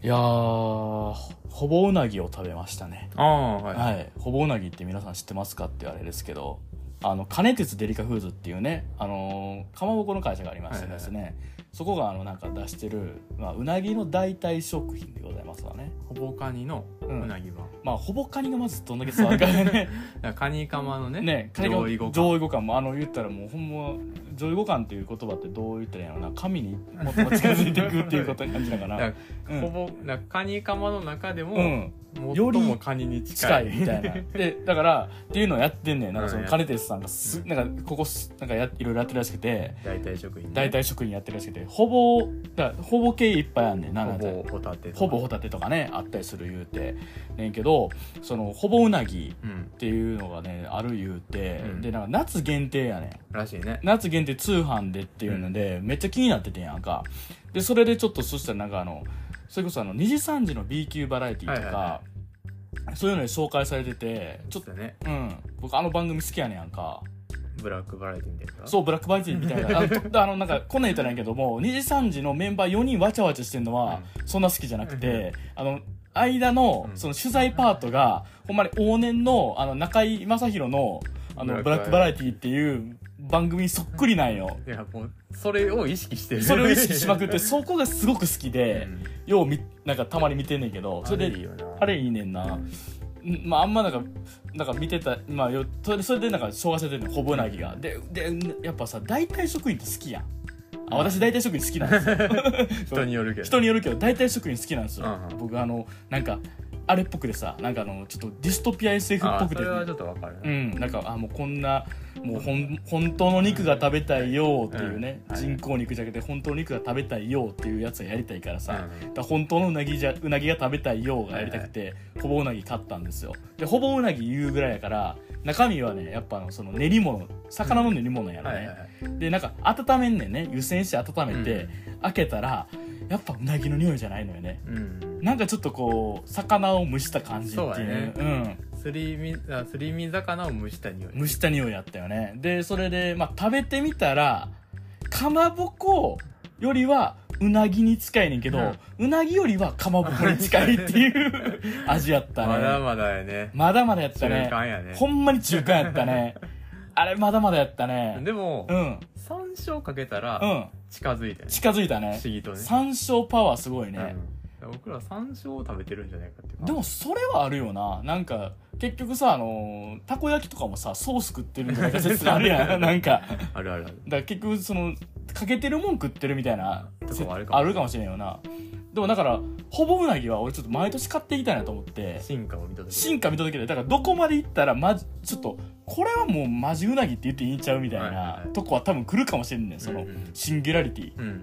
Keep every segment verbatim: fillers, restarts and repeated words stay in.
いやーほぼうなぎを食べましたね。 ああ、はい、 はい、ほぼうなぎって皆さん知ってますかってあれですけど、あの金鉄デリカフーズっていうね、あのー、かまぼこの会社がありましてですね、はいはいはい、そこがあのなんか出してる、まあ、うなぎの代替食品でございますわね。 ほぼカニのうなぎは、うん、 まあほぼカニがまずどんだけ伝わるかねカニカマのね、 ね、 上位互換上位互換もあの言ったらもうほんま上位互換っていう言葉ってどう言ったらいいのかな、神にもっと近づいていくっていうことに感じながらうん、ほぼなカニカマの中でも、 うん最もカニに近いみたいなでだからっていうのをやってんねん。なんかその金鉄さんがす、うん、なんかここなんかやいろいろやってるらしくて、 代替食品、ね、 代替食品やってるらしくて、ほぼだほぼ系いっぱいあんねん。 ほぼホタテほぼホタテとかねあったりする言うてねんけど、そのほぼうなぎっていうのがね、うん、ある言うて、うん、でなんか夏限定やねんらしいね。 夏限定通販でっていうので、うん、めっちゃ気になっててんやんか。でそれでちょっとそしたらなんかあのそれこそあのにじさんじの B 級バラエティとか、はいはいはい、そういうのに紹介されてて、ちょっとね、うん、僕あの番組好きやねんやんか。 ブラックバラエティみたいな。 そう、ブラックバラエティみたいな。あの、あのなんかこんなん言ったらいいけども、にじさんじのメンバーよにんわちゃわちゃしてるのは、うん、そんな好きじゃなくて、あの間のその取材パートが、うん、ほんまに往年のあの中井正広のあのブラックバラエティっていう番組そっくりなんよ。 いやもうそれを意識してる。 それを意識しまくってそこがすごく好きで、うん、ようみなんかたまに見てんねんけど、それであれいいねんな。まああんまなんかなんか見てた、まあよそれそれでなんか紹介されてるのほぼうなぎが、ででやっぱさ代替食品って好きやん。あ、私代替食品好きなんですよ。 人によるけど。 人によるけど代替食品好きなんですよ。うんうん、僕あのなんかあれっぽくでさ、なんかあのちょっとディストピア エスエフ っぽくて、 それはちょっとわかる、 うん、なんかあもうこんなもうほん本当の肉が食べたいよっていうね、うんはい、人工肉じゃなくて本当の肉が食べたいよっていうやつがやりたいからさ、うん、だ本当のうなぎじゃうなぎが食べたいよがやりたくて、はいはい、ほぼうなぎ買ったんですよ。でほぼうなぎ言うぐらいやから中身はねやっぱあのその練り物、魚の練り物やろね、うんはいはい、でなんか温めんねんね、湯煎して温めて、うん、開けたらやっぱうなぎの匂いじゃないのよね、うん、なんかちょっとこう魚を蒸した感じっていう、 そうね、うん、すり身すり身魚を蒸した匂い蒸した匂いやったよね。でそれで、まあ、食べてみたらかまぼこよりはうなぎに近いねんけど、うん、うなぎよりはかまぼこに近いっていう味やったね。 まだまだやね。 まだまだやったね。 中間やね。 ほんまに中間やったね。あれまだまだやったね。 でも、うん、山椒かけたら近づいたね、うん、 近づいたね。 不思議とね。 山椒パワーすごいね、 うん、僕ら山椒を食べてるんじゃないかっていうか。 でもそれはあるよな。なんか結局さ、あのー、たこ焼きとかもさソース食ってるんじゃないか説があるやん。なんかあるあるある。 だから結局そのかけてるもん食ってるみたいなとこあるかも、あるかもしれんよな。でもだからほぼうなぎは俺ちょっと毎年買っていきたいなと思って、 進化を見届けて進化見届けて、だからどこまでいったらまじちょっとこれはもうマジうなぎって言っていいんちゃうみたいな、はいはいはい、とこは多分来るかもしれんねん。その、うんうん、シンギュラリティ、うん、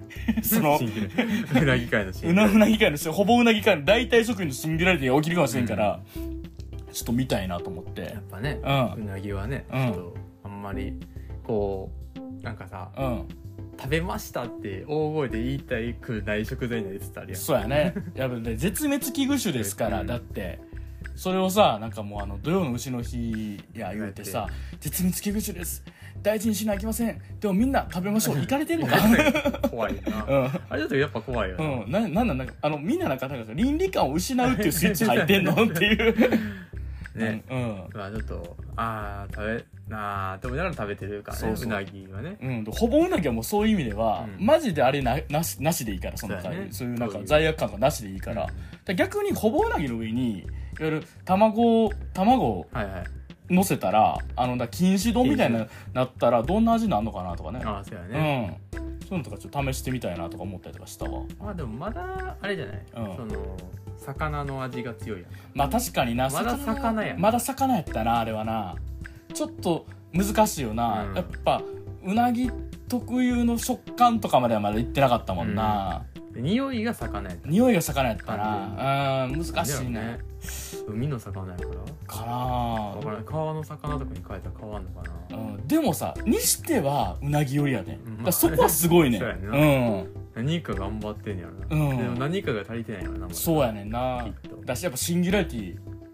そのうなぎ界のシンギュラリティ、 うなぎ界のほぼうなぎ界の代替食品のシンギュラリティが起きるかもしれんから、うん、ちょっと見たいなと思って。 やっぱね、うん、うなぎはね、ちょっとあんまりこうなんかさ、うん食べましたって大声で言いたいくない食材になりつつあるやん。 そうやね。やっぱね絶滅危惧種ですから、うん、だってそれをさなんかもうあの土曜の丑の日や言うてさ絶滅危惧種です大事にしなきゃいけませんでもみんな食べましょう行かれてんのか怖いな、うん、あれだとやっぱ怖いよな、 うん、ななんなんなんかあのみんななんかなんか倫理観を失うっていうスイッチ入ってんのっていうね、うん、まあちょっとああ食べなあでもなら食べてるからね。そうそううなぎはね、うん、 ほぼうなぎはもうそういう意味では、うん、マジであれ な, な, しなしでいいから、そのそう、ね、そういうなんか罪悪感がなしでいいから、うん、逆にほぼうなぎの上にいわゆる卵卵を乗せたら、はいはい、あのだ錦糸丼みたいになったらどんな味になるのかなとかね。 ああそうやね、 うん、そういうのとかちょっと試してみたいなとか思ったりとかしたわ。 まあでもまだあれじゃない、うん、その魚の味が強いやん。 まあ確かにな、 まだ魚やん。 まだ魚やったなあれはな。ちょっと難しいよな、うん、やっぱうなぎ特有の食感とかまではまだいってなかったもんな、 うん、匂いが魚やった。 匂いが魚やったな。うん難しいね。 海の魚やからかな。 分からん、川の魚とかに変えたら変わんのかな、 うん、でもさにしてはうなぎよりやね、うん、だからそこはすごいね。そうやねんな、うん、 何か頑張ってんやろな、うん、でも何かが足りてないやろな、ま、 そうやねんな。だしやっぱシンギュラリティ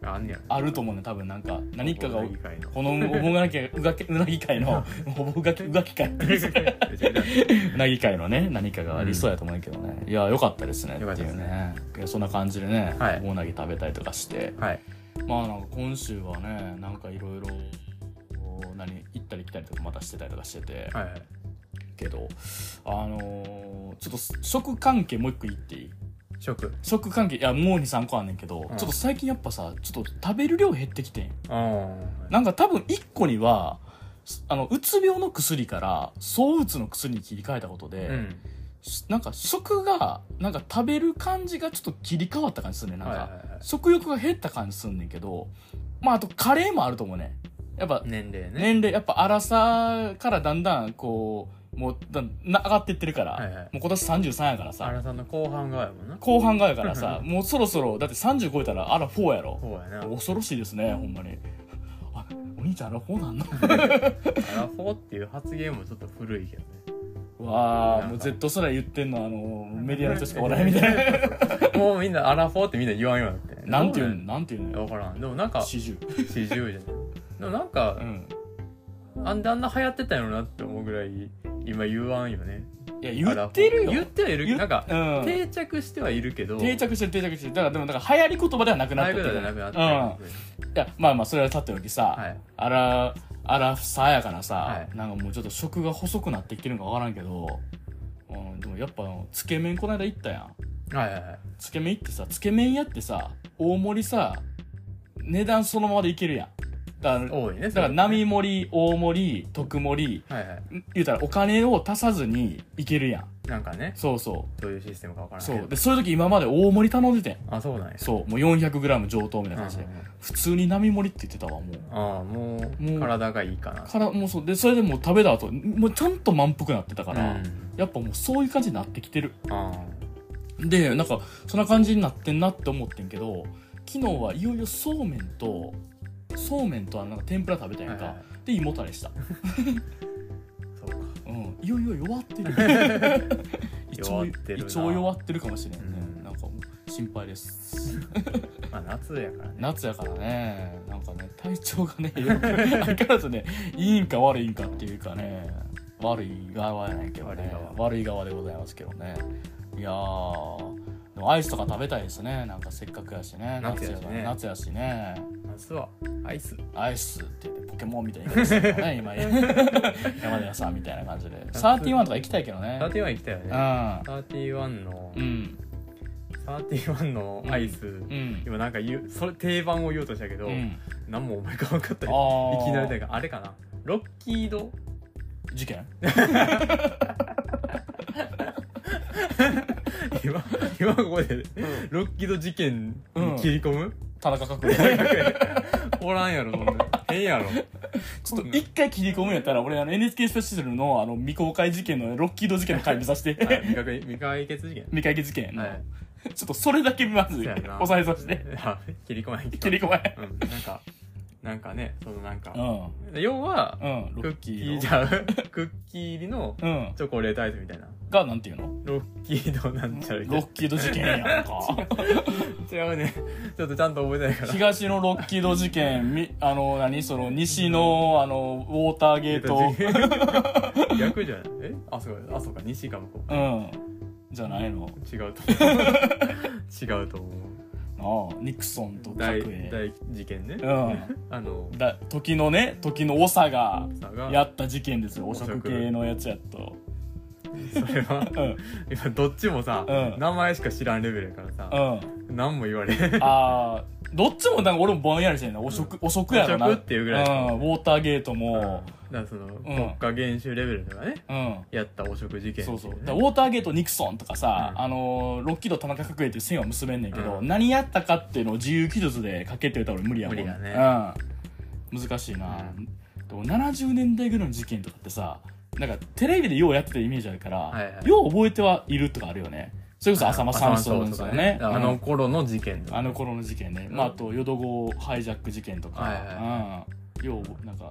あんねやあると思うね多分なんか何かがこのおぼがきうがきうなぎ界のおぼがきうがき界うなぎ界のね何かがありそうやと思うけどね、うん、いや良かったですねっていうねいやそんな感じでね、はい、おぼうなぎ食べたりとかして、はい、まあなんか今週はねなんかいろいろ何行ったり来たりとかまたしてたりとかしてて、はいはい、けどあのー、ちょっと食関係もう一個言っていい食食関係いやもう にさんこあんねんけど、うん、ちょっと最近やっぱさちょっと食べる量減ってきてん、うん、なんか多分いっこにはあのうつ病の薬から躁うつの薬に切り替えたことで、うん、なんか食がなんか食べる感じがちょっと切り替わった感じするねなんか、はいはいはい、食欲が減った感じすんねんけどまああとカレーもあると思うねやっぱ年齢ね年齢やっぱ荒さからだんだんこうもうだな上がってってるから、はいはい、もう今年さんじゅうさんやからさ荒さんの後半側やもんな後半側やからさもうそろそろだってさんじゅう超えたらアラフォーやろフォーやな恐ろしいですねほんまにあお兄ちゃんアラフォーなんのアラフォーっていう発言もちょっと古いけどねわあもう Z すら言ってんのあのメディアの人しかおらへんみたいなもうみんなアラフォーってみんな言わんようになってなんて言うのなんて言うの分からんでもなんか四十四十じゃないでもなんか、うん、あんであんな流行ってたんやろなって思うぐらい今言わんよねいや言ってるよ言ってはいるけどなんか、うん、定着してはいるけど定着してる定着してるだからでもなんか流行り言葉ではなくなってる流行り言葉ではなくなってる、うん、いやまあまあそれはさておきさ、はい、あらあらさやかなさ、はい、なんかもうちょっと食が細くなってきてるのか分からんけど、うん、でもやっぱつけ麺この間行ったやんはいはいはいつけ麺行ってさつけ麺屋ってさ大盛りさ値段そのままでいけるやんだから、多いね、だから並盛り大盛り特盛り、はいはい、言うたらお金を足さずにいけるやんなんかねそうそうどういうシステムか分からないそうでそういう時今まで大盛り頼んでてんあそうなんやそうもう よんひゃくグラム 上等みたいな感じで、うんうんうん、普通に並盛りって言ってたわもうああもうもう体がいいかなからもうそうでそれでもう食べた後もうちゃんと満腹なってたから、うん、やっぱもうそういう感じになってきてるあでなんかそんな感じになってんなって思ってんけど昨日はいよいよそうめんとそうめんとはなんか天ぷら食べたやんか、はいはい、で胃もたれしたそうかうんいよいよ弱ってる弱ってるな一応弱ってるかもしれんね、うん、なんかもう心配ですまあ夏やからね夏やからねなんかね体調がね相変わらずねいいんか悪いんかっていうかね悪い側やないけどね悪い側でございますけどねいやーでもアイスとか食べたいですねなんかせっかくやしね夏やしね夏やしね夏はアイスアイスって言ってポケモンみたいな言い方するよね今山田さんみたいな感じでサーティワンとか行きたいけどねサーティワン行きたいよね、うん、サーティワンの、うん、サーティワンのアイス、うん、今なんか言うそれ定番を言おうとしたけど、うん、何もお前か分かったりいきなりだからあれかなロッキード事件今, 今ここで、うん、ロッキード事件に切り込む、うん、 田中角栄おらんやろそんな変やろちょっと一回切り込むんやったら俺あの エヌエイチケー スペシャルのあの未公開事件のロッキード事件の回見させて未解決事件未解決事件の、はい、ちょっとそれだけまず押さえさせて切り込まない切り込まない、 うん、なんかなんかねそのなんか、うん、要は、うん、クッキーじゃうクッキー入りのチョコレートアイスみたいな、 がなんていうのロッキードなんちゃらロッキード事件やんか違うねちょっとちゃんと覚えてないから東のロッキード事件みあの何その西のあのウォーターゲート逆じゃないえあそうかあそうか西か向こううんじゃないの違うと思う違うと思うああニクソンと大大事件ね、 うん、あのだ時のね時の長がやった事件ですよ汚職系のやつやとそれは、うん、今どっちもさ、うん、名前しか知らんレベルやからさ、うん、何も言われんああどっちもなんか俺もぼんやりしてんの汚職、汚職やろな汚職っていうぐらい、うん、 ウォーターゲートも、 うん、だからその、うん、国家元首レベルとかね、うん、やった汚職事件、ね、 そうそうだウォーターゲートニクソンとかさ、うん、あのロッキード田中角栄っていう線は結べんねんけど、うん、何やったかっていうのを自由記述で書けって言ったら俺無理やもん無理だね、 うん、難しいな、うん、でもななじゅうねんだいぐらいの事件とかってさなんかテレビでようやってたイメージあるから、はいはい、よう覚えてはいるとかあるよねそれこそ浅間山荘とかね、 あの頃の事件、 ね、あの頃の事件ね、うん、まああと淀号ハイジャック事件とか、はいはい、うん、ようなんか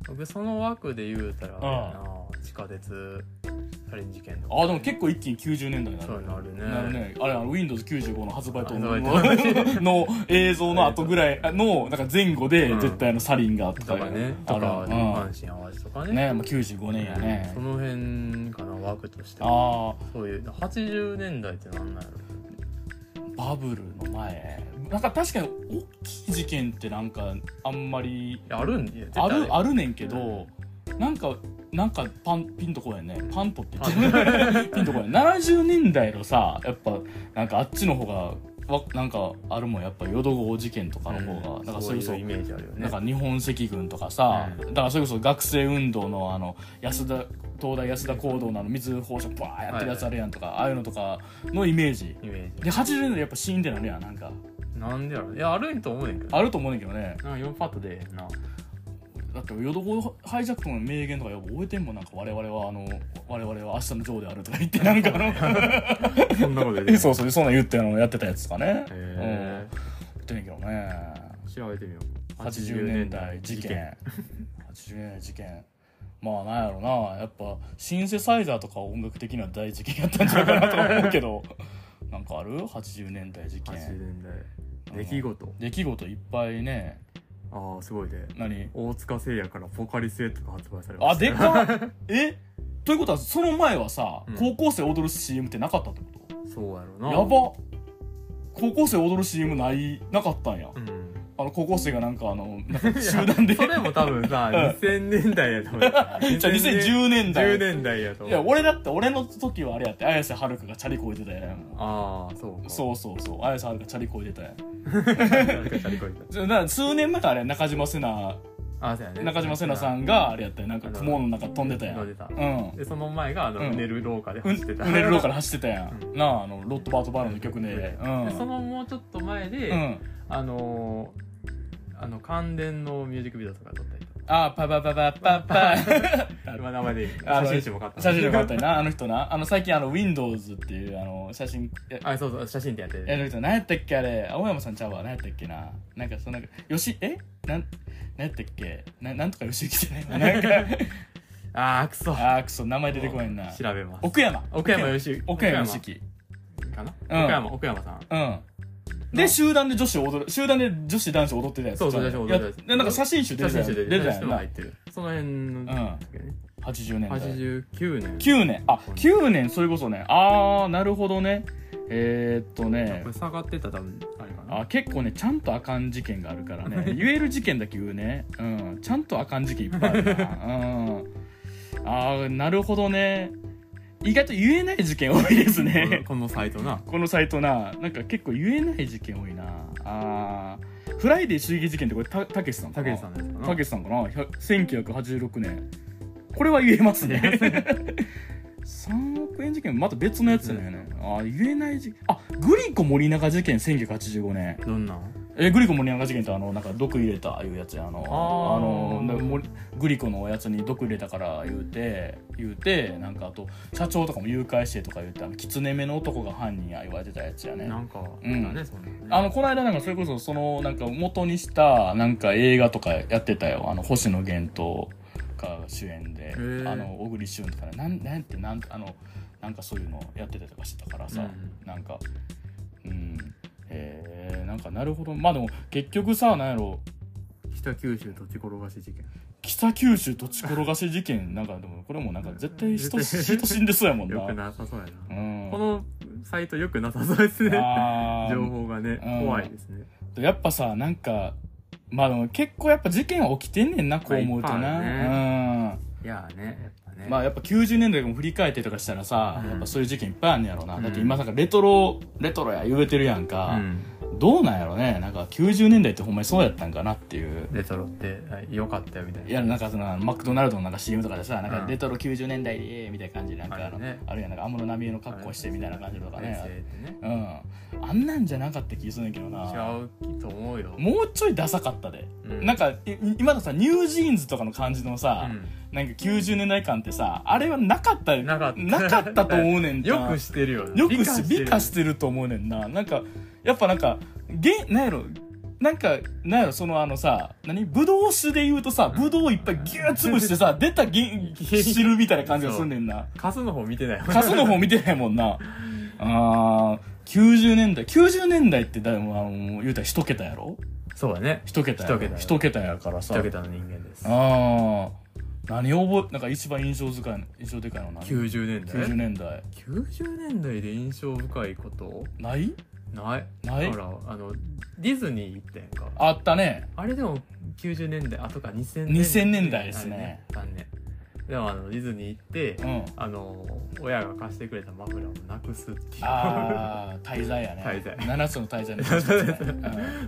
僕その枠で言うたらあれやな、地下鉄サリン事件とか。 あでも結構一気にきゅうじゅうねんだいになる。 そうなるね。 なるね。あれあの ウィンドウズきゅうじゅうご の発売とのの映像の後ぐらいのなんか前後で絶対あのサリンがとかね。とか阪神淡路とかね。 ね、もうきゅうじゅうごねんやね。 その辺かな枠としては。ああ。そういうはちじゅうねんだいってなんなんやろ。 バブルの前なんか確かに大きい事件ってなんかあんまりあるんあるあるねんけど、なんかなんかパンピンとこやねパンとって言ってピンとこやななじゅうねんだいのさやっぱなんかあっちの方がわなんかあるもんやっぱ淀号事件とかの方が、うん、なんかそれこそイメージあるよね。 なんか日本赤軍とかさ、うん、だからそれこそ学生運動のあの安田東大安田講堂のあの水放射バーやってるやつあるやんとか、はいはい、ああいうのとかのイメージ。イメージではちじゅうねんだいやっぱシーンってなるやんなんか。 なんでやろいやあるんと思うねんけど。 あると思うねんけどね。 なんかよんパットでな。 だって淀号ハイジャックとの名言とかよく覚えてんもんなんか我々はあの我々は明日のジョーであるとか言ってなんかあのそんなことでそうそうそんなん言ってあのやってたやつとかね。へえ。 言ってんねんけどね。 調べてみよう。はちじゅうねんだい事件。はちじゅうねんだい事件。まあなんやろなやっぱシンセサイザーとか音楽的には大事件やったんじゃないかなと思うけどなんかある ?はちじゅうねんだい事件。 はちじゅうねんだい出来事出来事いっぱいね。 ああすごいね。 何大塚製薬からポカリスエットが発売されました。 あでかっえということはその前はさ、うん、高校生踊る シーエム ってなかったってこと？ そうやろな。 やば高校生踊る シーエム ないなかったんや、 うん、 あの高校生がなんかあのなんか集団でそれも多分さにせんねんだいやと思うじゃあにせんじゅうねんだいじゅうねんだいやと思う。 いや俺だって俺の時はあれやって綾瀬はるかがチャリこいてたやん。 ああそうかそうそうそう綾瀬はるかチャリこいてたやんチャリこいてただから数年前からあれ中島瀬奈あそうやね、 中島瀬奈さんがあれやったよなんか雲の中飛んでたやん。 飛んでた、 うん、 でその前があの、うん、うねる廊下で走ってた、 うねる廊下で走ってたやん、うん、なああのロットバートバーロンの曲で、うん、 でそのもうちょっと前で、うん、あのー、あの関電のミュージックビデオとか撮ったりとかあーパパパパパパ今名前でいい写真集も買った写真集も買ったよなあの人なあの最近あの Windows っていうあの写真あそうそう写真ってやってるやる人何やったっけあれ青山さんちゃうわ何やったっけななんかそのなんかよしえなん何やったっけ な, なんとかよしゆきじゃないなんかあーくそあーくそ名前出てこないな調べます奥山奥山よしゆき奥山よしゆきかな、 うん、 奥山奥山さんうんで集団で女子踊る集団で女子男子踊ってたやつそうそう女子踊ってたやつでなんか写真集出てた写真集で出てたやんな入ってるその辺の、うん、 はちじゅうねんだいはちじゅうきゅうねんきゅうねんあきゅうねんそれこそねあーなるほどねえー、っとねこれ下がってたら多分あれかなあ結構ねちゃんとあかん事件があるからね言える事件だけ言うねうんちゃんとあかん事件いっぱいあるなうんあーなるほどね意外と言えない事件多いですねこのサイトなこのサイトななんか結構言えない事件多いなあフライデー襲撃事件ってこれたたけしさんかなたけしさんですかなたけしさんかなせんきゅうひゃくはちじゅうろくねんこれは言えますねさんおくえん事件また別のやつだよねあ言えない事件あグリコ森永事件せんきゅうひゃくはちじゅうごねんどんなんえグリコ森永事件ってあのなんか毒入れたいうやつやあのあのグリコのおやつに毒入れたから言うて言うてなんかあと社長とかも誘拐してとか言ってあのキツネ目の男が犯人や言われてたやつやねなんかうん、 ねそんなねあのこの間なんかそれこそそのなんか元にしたなんか映画とかやってたよあの星野源とが主演であの小栗旬とかねなんなんてなんあのなんかそういうのやってたりとかしてたからさ、うん、なんかうんえー、なんかなるほどまあでも結局さなんやろ北九州土地転がし事件北九州土地転がし事件なんかでもこれもなんか絶対人人死んでそうやもんなよくなさそうやな、 うん、 このサイトよくなさそうですね情報がね、うん、怖いですねやっぱさなんかまあでも結構やっぱ事件は起きてんねんなこう思うとな、まあね、うんいやねやっぱねまあやっぱきゅうじゅうねんだいも振り返ってとかしたらさ、うん、やっぱそういう事件いっぱいあんねやろな、うん、だって今なんかレトロレトロや言うてるやんか、うん、どうなんやろねなんかきゅうじゅうねんだいってほんまにそうやったんかなっていうレトロって良かったよみたいないやなんかそのマクドナルドのなんか シーエム とかでさなんかレトロきゅうじゅうねんだいでみたいな感じでなんかあの、ね、あるいはなんか安室奈美恵の格好してみたいな感じとかねねうんあんなんじゃなかった気するんだけどな違うと思うよもうちょいダサかったで、うん、なんか今のさニュージーンズとかの感じのさ、うんなんかきゅうじゅうねんだい感ってさあれはなかったなかったなかったと思うねんなよくしてるよよくし美化してると思うねんななんかやっぱなんかげなんやろなんかなんやろそのあのさ何ブドウ酒で言うとさブドウいっぱいギュー潰してさ出た汁みたいな感じがすんねんな。 カスの方見てないカスの方見てないもんな。あーきゅうじゅうねんだいきゅうじゅうねんだいってだいもあの言うたら一桁やろ。 そうだね一桁や一桁一桁やからさ一桁の人間です。 ああ何を覚えなんか一番印象深い印象でかいの何きゅうじゅうねんだいきゅうじゅうねんだいきゅうじゅうねんだいで印象深いことないないないだからあのディズニー行ったやんか。 あったね。 あれでもきゅうじゅうねんだいあとかにせんねんだいにせんねんだいですね。 残念。でもあのディズニー行って、 うん、 あの親が貸してくれたマフラーをなくすっていう。 ああ滞在やね。 滞在ななつの滞在の一つね、うん、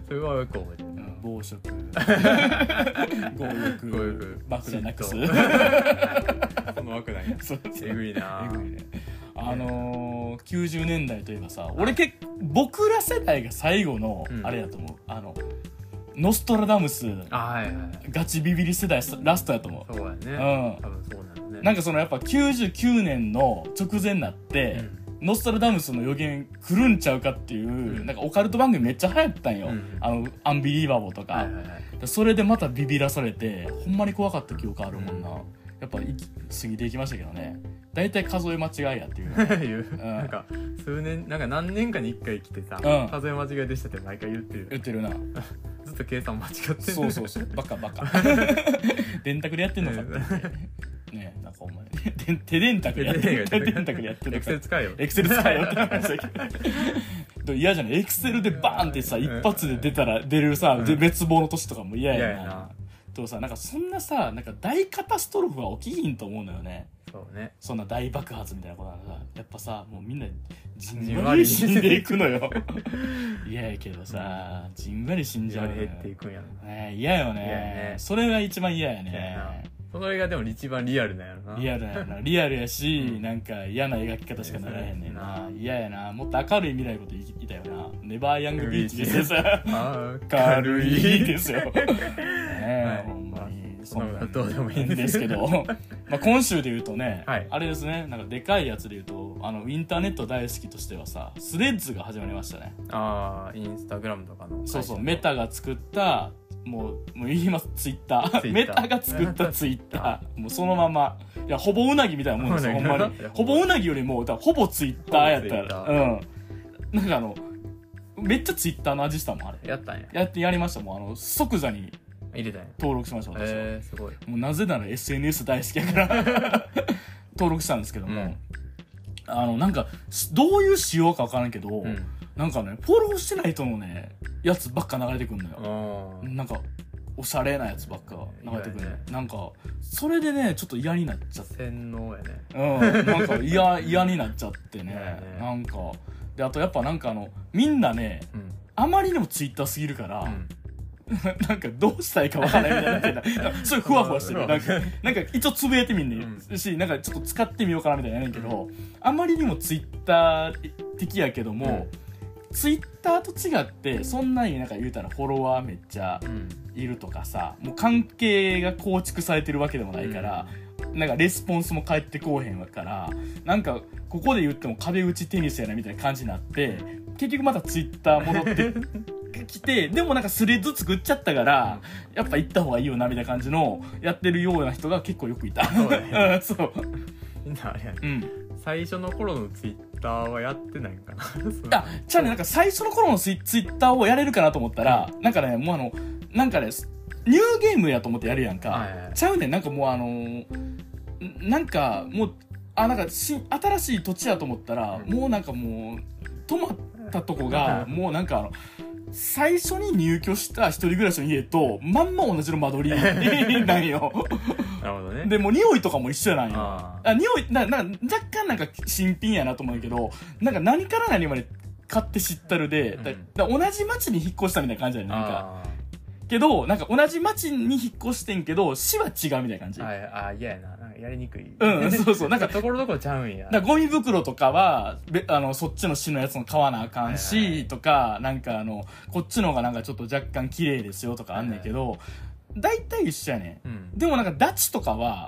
それはよく覚えてる、 うん、暴食強欲強欲マフラーなくすその枠なんや。 そうそうえぐいなえぐいね。あのー、きゅうじゅうねんだいといえばさ、俺結構僕ら世代が最後の、うん、あれやと思うあのノストラダムス、はいはい、ガチビビリ世代ラストやと思う。 そうやね、うん、多分そうなのね。 なんかそのやっぱきゅうじゅうきゅうねんの直前になって、うん、ノストラダムスの予言来るんちゃうかっていう、うん、なんかオカルト番組めっちゃ流行ったんよ、うん、あのアンビリーバボーとか、はいはいはい、それでまたビビらされてほんまに怖かった記憶あるもんな、うん、やっぱ過ぎていきましたけどね。大体数え間違いやっていう、ねうん、なんか数年なんか何年かにいっかい来てさ、うん、数え間違いでしたって毎回言ってる言ってるなずっと計算間違ってる。 そうそうそうバカバカ電卓でやってんのかってねえなんかお前手電卓でやってる手電卓でやってるエクセル使えよエクセル使えよって話だけど嫌じゃないエクセルでバーンってさ一発で出たら出るさ、うん、で滅亡の年とかも嫌やな、なとさなんかそんなさなんか大カタストロフは起きひんと思うのよね。 そうね、 そんな大爆発みたいなことなんだやっぱさもうみんなじんわり死んでいくのよ嫌やけどさ、うん、じんわり死んじゃうのよ。 減っていくんやろね。嫌よね。ねそれが一番嫌やね。 それがでも一番リアルなんやろな。 リアルやなリアルやし、うん、なんか嫌な描き方しかならへんねんな。嫌やな。もっと明るい未来のこと言いたいよな。ネバーヤングビーチでさ明るいですよねえ、ほんまにそんなどうでもいいんですけどまあ今週で言うとね、はい、あれですねなんかでかいやつで言うとあのインターネット大好きとしてはさスレッズが始まりましたね。 ああインスタグラムとかのそうそうメタが作ったもうもう言いますツイッターメタが作ったツイッターもうそのままいやほぼうなぎみたいなもんですよほんまにほぼうなぎよりもほぼツイッターやったらうんなんかあのめっちゃツイッターの味したもんあれやったんややってやりましたもんあの即座に入れたんや登録しました私は、 えー、すごいもうなぜなら エスエヌエス 大好きやから登録したんですけども、うん、あのなんかどういう仕様か分からんけど、うん、なんかねフォローしてない人のねやつばっか流れてくんのよ。なんかおしゃれなやつばっか流れてくる、ね、なんかそれでねちょっと嫌になっちゃって洗脳やねうんなんか嫌嫌になっちゃってねねなんかであとやっぱなんかあのみんなね、うん、あまりにもツイッターすぎるから、うんなんかどうしたいかわからないみたいなすごいふわふわしてるなんかなんか一応つぶやいてみんね、うん、しなんかちょっと使ってみようかなみたいなやねんけど、うん、あまりにもツイッター的やけども、うん、ツイッターと違ってそんなになんか言うたらフォロワーめっちゃいるとかさ、もう関係が構築されてるわけでもないから、うん、なんかレスポンスも返ってこうへんからなんかここで言っても壁打ちテニスやなみたいな感じになって結局またツイッター戻って来てでもなんかスレッズ作っちゃったから、うん、やっぱ行った方がいいよなみたいな感じのやってるような人が結構よくいた。そうだねそうみんなあれやね、うん、最初の頃のツイッターはやってないんかなあじゃあねなんか最初の頃のツイッターをやれるかなと思ったら、うん、なんかねもうあのなんかねニューゲームやと思ってやるやんか、はいはいはい、ちゃうねんなんかもうあのー、なんかもうあなんかし新しい土地やと思ったら、うん、もうなんかもう泊まったとこがもうなんかあの最初に入居した一人暮らしの家とまんま同じの間取りなんよなるほどね。 でも匂いとかも一緒なんよ。ああ匂いなな若干なんか新品やなと思うんだけどなんか何から何まで買って知ったるで、うん、だだ同じ町に引っ越したみたいな感じやねなんかけどなんか同じ町に引っ越してんけど市は違うみたいな感じ。 ああ嫌やななんかやりにくい。 うんそうそうなんかところどころちゃうんや。 だゴミ袋とかはべあのそっちの市のやつも買わなあかんし、はいはい、とかなんかあのこっちの方がなんかちょっと若干綺麗ですよとかあんねんけど、はいはい、大体一緒やね、うん、でもなんかダチとかは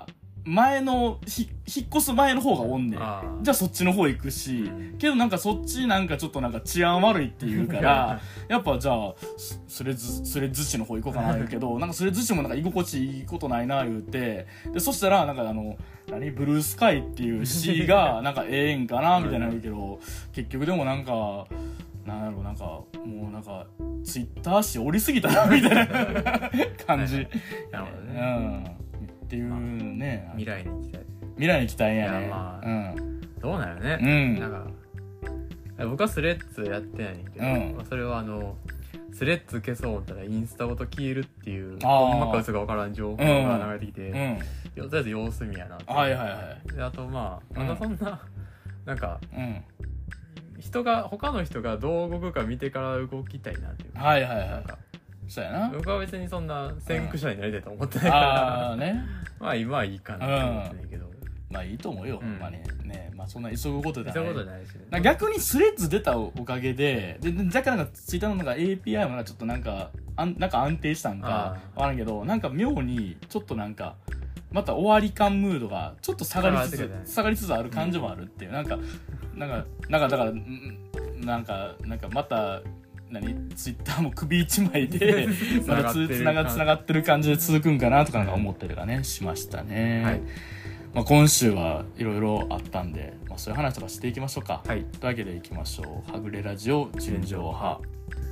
前のひ引っ越す前の方がおんねん。じゃあそっちの方行くし、うん、けどなんかそっちなんかちょっとなんか治安悪いって言うからやっぱじゃあスレズスレズ市の方行こうかな言うけどなんかスレズ市もなんか居心地いいことないな言うて、でそしたらなんかあの何ブルースカイっていう市がなんかええんかなみたいな言うけど結局でもなんかなんやろなんかもうなんかツイッター誌降りすぎたなみたいな感じ。 なるほどね。 うんっていうね、 まあ、未来に行きたい。 未来に行きたいんやね。 いやまあ、うん、どうなのね。 うん、 なんか僕はスレッズやってないんだけど、うん、それはあのスレッズ消そう思ったらインスタごと消えるっていうほんまか嘘か分からん情報が流れてきて、うんうん、とりあえず様子見やなって。 はいはいはい。 であとまあまだそんな、うん、なんか、うん、人が他の人がどう動くか見てから動きたいなっていう。 はいはいはい。なんかそうやな。 僕は別にそんな先駆者になりたいと思ってないから、あね、まあ今はいいかなと思ってないけど、うん、 まあいいと思うよ、うん、まあね、ね、まあそんな急ぐことじゃない。 急ぐことじゃないし、ね、 逆にスレッズ出たおかげで、で若干なんかツイッターのなんか エーピーアイ もなんかちょっとなんかあんなんか安定したんかわからんけど、なんか妙にちょっとなんかまた終わり感ムードがちょっと下がりつつ下がりつつある感じもあるっていう、なんかなんかなんかだからなんかなんかまた何ツイッターも首一枚でまだつながつながってる感じで続くんかなとかなんか思ったりとかねしましたね。はい、まあ、今週はいろいろあったんで、まあ、そういう話とかしていきましょうか。はい、というわけでいきましょう。はぐれラジオ純情派。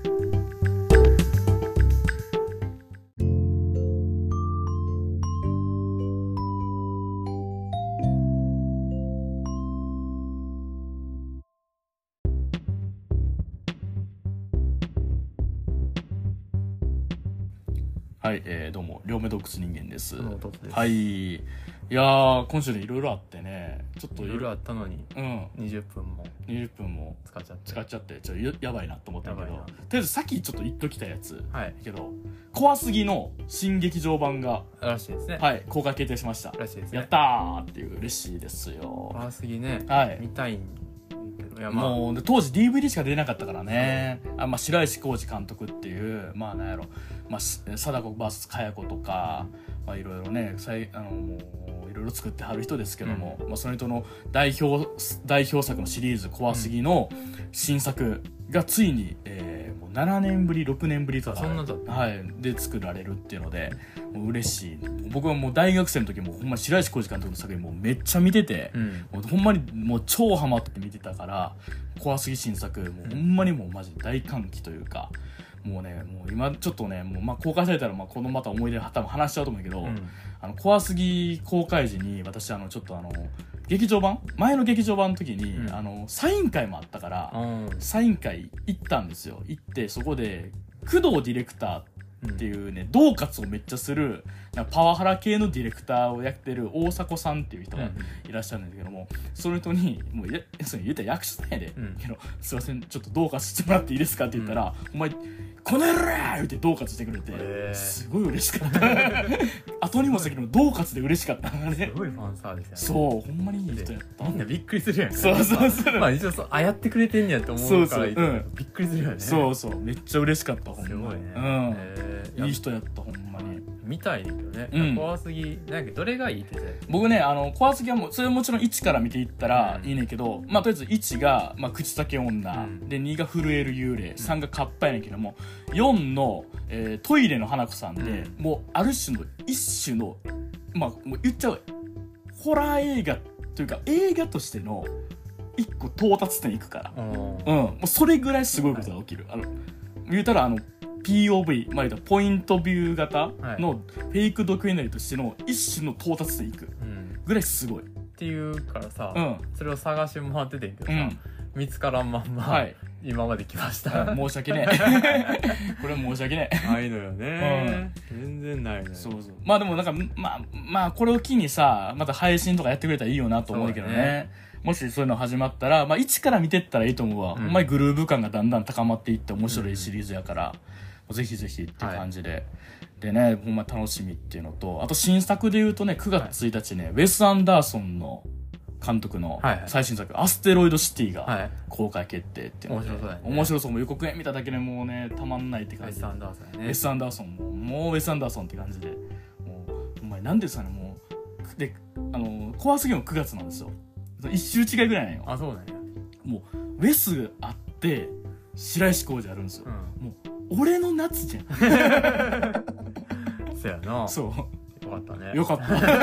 はい、えー、どうも両目洞窟人間です。はい、いやー今週でいろいろあってね、ちょっといろいろあったのに、うん、にじゅっぷんもにじゅっぷんも使っちゃって使っちゃってちょっと や, やばいなと思ったけど、とりあえずさっきちょっと言っときたやつ、はい、けど怖すぎの新劇場版がらしいですね。 はい、公開決定しました。 らしいですね。 やったーっていう嬉しいですよ。 怖すぎね。 はい、 見たいんいや、まあ、もう当時 ディーブイディー しか出なかったからね。あ、まあ、白石浩二監督っていうまあなんやろ、まあ、貞子 ブイエス かや子とか、まあ、いろいろねあのもういろいろ作ってはる人ですけども、うん、まあ、その人の代表代表作のシリーズ怖すぎの新作がついに、えー、もうななねんぶりろくねんぶりとか、はい、で作られるっていうのでもう嬉しい。僕はもう大学生の時もほんま白石浩二監督の作品もうめっちゃ見てて、うん、もうほんまにもう超ハマって見てたから怖すぎ新作もうほんまにもうマジで大歓喜というか、もうねもう今ちょっとねもうまあ公開されたらまあこのまた思い出多分話しちゃうと思うけど、うん、あの怖すぎ公開時に私あのちょっとあの劇場版前の劇場版の時に、うん、あのサイン会もあったから、うん、サイン会行ったんですよ。行ってそこで工藤ディレクターっていうね、恫喝をめっちゃするなんかパワハラ系のディレクターをやってる大迫さんっていう人がいらっしゃるんですけども、その人にもうやそれ言ったら役者なんやで、うん、けどすいませんちょっと恫喝してもらっていいですかって言ったら、うん、お前この野郎言って恫喝してくれて、えー、すごい嬉しかった後にも先にも恫喝で嬉しかったね。 すごいファンサービスやね。 そうほんまにいい人やった。 みんなびっくりするやん。 そうそうそう、 まあ一応そうあやってくれてんねやと思うからそうそう、うん、びっくりするよね。 そうそうめっちゃ嬉しかったほんまに。 すごいね、 うん、えー、いい人やったほんまに。 見たいねんけどね、うん、怖すぎなんかどれがいいって僕ねあの怖すぎはもうそれはもちろんいちから見ていったらいいねんけど、うん、まあとりあえずいちが、まあ、口裂け女、うん、でにが震える幽霊、うん、さんがカッパやねんけどもよんの、えー、トイレの花子さんで、うん、もうある種の一種のまあもう言っちゃうホラー映画というか映画としての一個到達点いくから、うん、もうそれぐらいすごいことが起きる、はい、あの言うたらあのピーオーブイ、まあ、ポイントビュー型のフェイクドキュメンタリーとしての一種の到達点いくぐらいすごい、うん、 っていうからさ、うん、それを探し回っててんけどさ、うん、見つからんまんま、はい、今まで来ました。 申し訳ねこれは申し訳ねないのよね、うん、全然ないね。 そうそうまあでもなんかまあまあこれを機にさまた配信とかやってくれたらいいよなと思うけど ね, ねもしそういうの始まったらまあ一から見てったらいいと思うわ、うん、お前グルーヴ感がだんだん高まっていって面白いシリーズやから、うん、ぜひぜひっていう感じで、はい、でねほんま楽しみっていうのとあと新作で言うとねくがつついたちね、はい、ウェス・アンダーソンの監督の最新作、はいはい、アステロイドシティが公開決定っていうので、はい、面白そうだよね。面白そう。もう予告編見ただけでもうねたまんないって感じでウェス・アンダーソンね。ウェス・アンダーソンももうウェス・アンダーソンって感じでもうお前なんでさねもうであの怖すぎるのくがつなんですよ。一周違いぐらいなんよ。 あ、そうなんや。 もうウェスあって白石浩二あるんですよ、うん、もう俺の夏じゃんそうやな。 そうよかったね。 よかった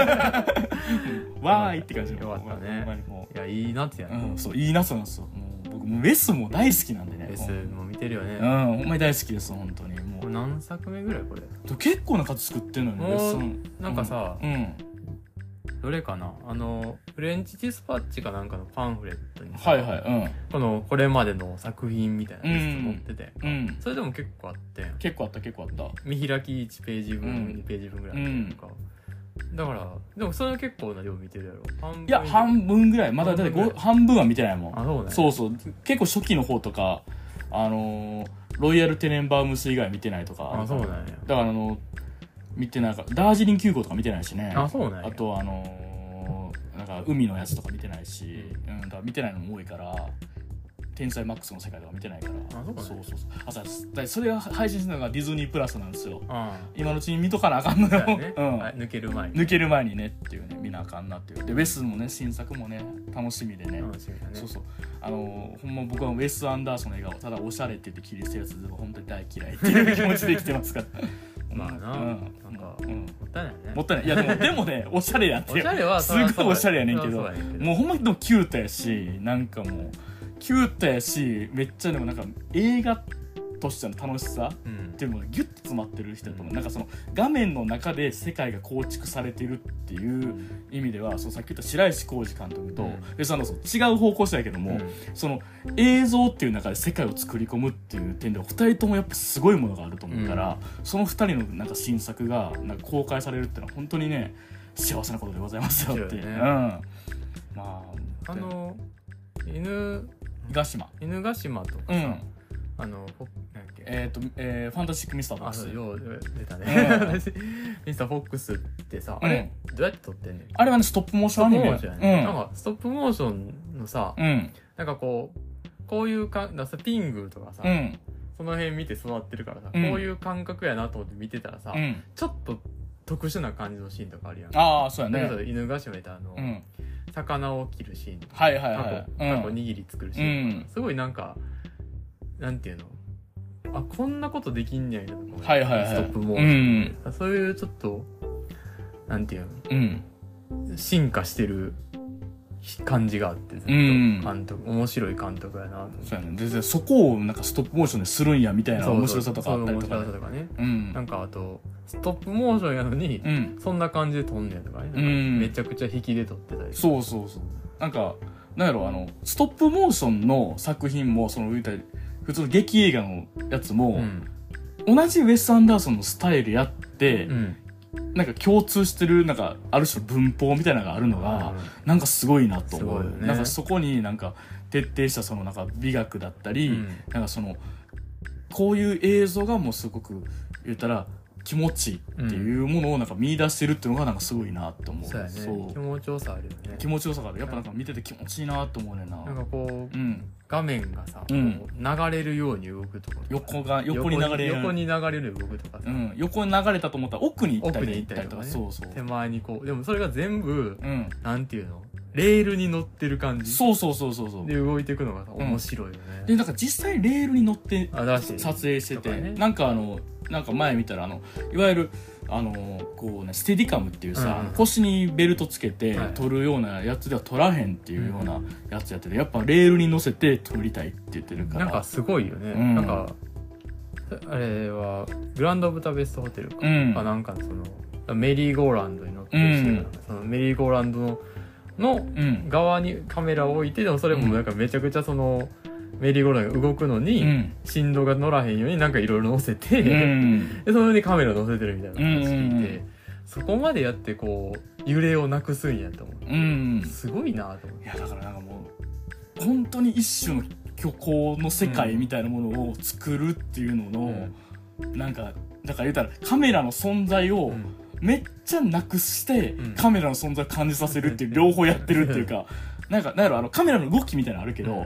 わーいって感じ。 よかったね。もういや、いい夏やね、 うん、そういい夏なんですよ。もう僕もウェスも大好きなんでね。 ウェスも見てるよね。 うん、ほんまに大好きです本当に。もうこれ何作目ぐらいこれ。 結構な数作ってるのよね。 もうなんかさ、うん、うんどれかな、あのフレンチディスパッチかなんかのパンフレットにさ、 はいはい、うん、 このこれまでの作品みたいなリスト載ってて、 うん、 それでも結構あって結構あった結構あった。 見開きいちページ分、うん、にページ分ぐらいあったとか、うん、だからでもそれは結構な量見てるやろ。半分いや半分ぐらいまだだって半分は見てないもん。 あ、そうね。 そうそう結構初期の方とかあのー、ロイヤルテネンバウムス以外見てないとか。 あ、そうなんや。 だからあの見てなんかダージリン急行とか見てないしね。 あ、そうなんや。 あとあのーなんか海のやつとか見てないし、うん、だから見てないのも多いから天才マックスの世界とか見てないから。 あ、そうかね。 そうそうそう。あ、さそれが配信してるのがディズニープラスなんですよ。 ああ今のうちに見とかなあかんのよ、 ねうん、 はい、抜ける前に抜ける前にねっていうね見なあかんなっていう。でウェスもね新作もね楽しみでね。 楽しみだね。 そうそうあのほんま僕はウェス・アンダーソンの映画をただおしゃれって言って切り捨てるやつで本当に大嫌いっていう気持ちで生きてますからまあな、うん、なんか、うん、もったいないね。 もったいない。いやでもでもねおしゃれやってよ。 おしゃれはすごいおしゃれやねんけど、 けどもうほんまにでもキュートやし、なんかもうキュートやし、めっちゃでもなんか映画としての楽しさっていうのがギュッと詰まってる人だと思う、うん、なんかその画面の中で世界が構築されてるっていう意味では、そのさっき言った白石浩二監督と、うん、ウェス・アンダーソン違う方向性だけども、うん、その映像っていう中で世界を作り込むっていう点ではふたりともやっぱすごいものがあると思うから、うん、そのふたりのなんか新作がなんか公開されるっていうのは本当にね幸せなことでございますよっていう、ね、うん、まああの犬ヶ島犬ヶ島とかさ、うんあのなんだっけえっ、ー、と、えー、ファンタスティックミスターフォックス。 あ、そうよう出たね。ミスターフォックスってさ、あれ、うん、どうやって撮ってんねん。 あれはねストップモーションアニメ。 ストップモーションやね、うん。なんかストップモーションのさ、うん、なんかこうこういうかださピングとかさ、うん、その辺見て育ってるからさ、うん、こういう感覚やなと思って見てたらさ、うん、ちょっと特殊な感じのシーンとかあるやん。 ああ、そうやね。 だけど犬ヶ島であの、うん、魚を切るシーンとか、 はいはいはい、 タコ、うん、握り作るシーンとか、すごいなんかなんていうの。あ、こんなことできんねやみたいな、 はいはいはい、 ストップモーション、うん、そういうちょっとなんていうの、うん、進化してる感じがあってずっと監督、うん、面白い監督やなと思って。 そうやね。全然そこをなんかストップモーションでするんやみたいな面白さとかあったりとか、ね、 そうそうそう面白さとかね、うん、なんかあとストップモーションやのに、うん、そんな感じで撮んねやとかね、うん、めちゃくちゃ引きで撮ってたり、 そうそうそう、なんかなんやろあのストップモーションの作品もその言ったり普通の劇映画のやつも、うん、同じウェス・アンダーソンのスタイルやって、うん、なんか共通してるなんかある種の文法みたいなのがあるのが、うん、なんかすごいなと思う、ね、なんかそこになんか徹底したそのなんか美学だったり、うん、なんかそのこういう映像がもうすごく言ったら気持ちっていうものをなんか見出してるっていうのがなんかすごいなって思う。 そうやね。そう気持ちよさあるよね。 気持ちよさがある。やっぱなんか見てて気持ちいいなって思うねんな。 なんかこう、うん、画面がさ、うん、流れるように動くとか、 横が横に流れる横に流れるように動くとかさ、 うん、横に流れたと思ったら奥に行ったり、 奥に行ったりとかね。 そうそう。 手前にこうでもそれが全部、うん、なんていうのレールに乗ってる感じ。 そうそうそうそうそう。 で動いていくのが面白いよね。 うん、でなんか実際レールに乗って撮影してて、ね、なんかあのなんか前見たらあのいわゆるあのこうねステディカムっていうさ、うん、腰にベルトつけて撮るようなやつでは撮らへんっていうようなやつやってて、やっぱレールに乗せて撮りたいって言ってるから、 なんかすごいよね、うん、なんかあれはグランドブタベストホテルか、うん、なんかそのメリーゴーランドに乗ってるし、うん、そのメリーゴーランドのの側にカメラを置いて、でもそれもなんかめちゃくちゃそのメリーゴーランドが動くのに、うん、振動が乗らへんようになんかいろいろ乗せて、うん、でその上にカメラ乗せてるみたいな話聞いて、うん、そこまでやってこう揺れをなくすんやと思う、うん、すごいなと思って。 いやだからなんかもう本当に一種の虚構の世界みたいなものを作るっていうのの、うん、なんかだから言ったらカメラの存在を、うんめっちゃなくしてカメラの存在を感じさせるっていう両方やってるっていうか、なんかなんやろあのカメラの動きみたいなのあるけど、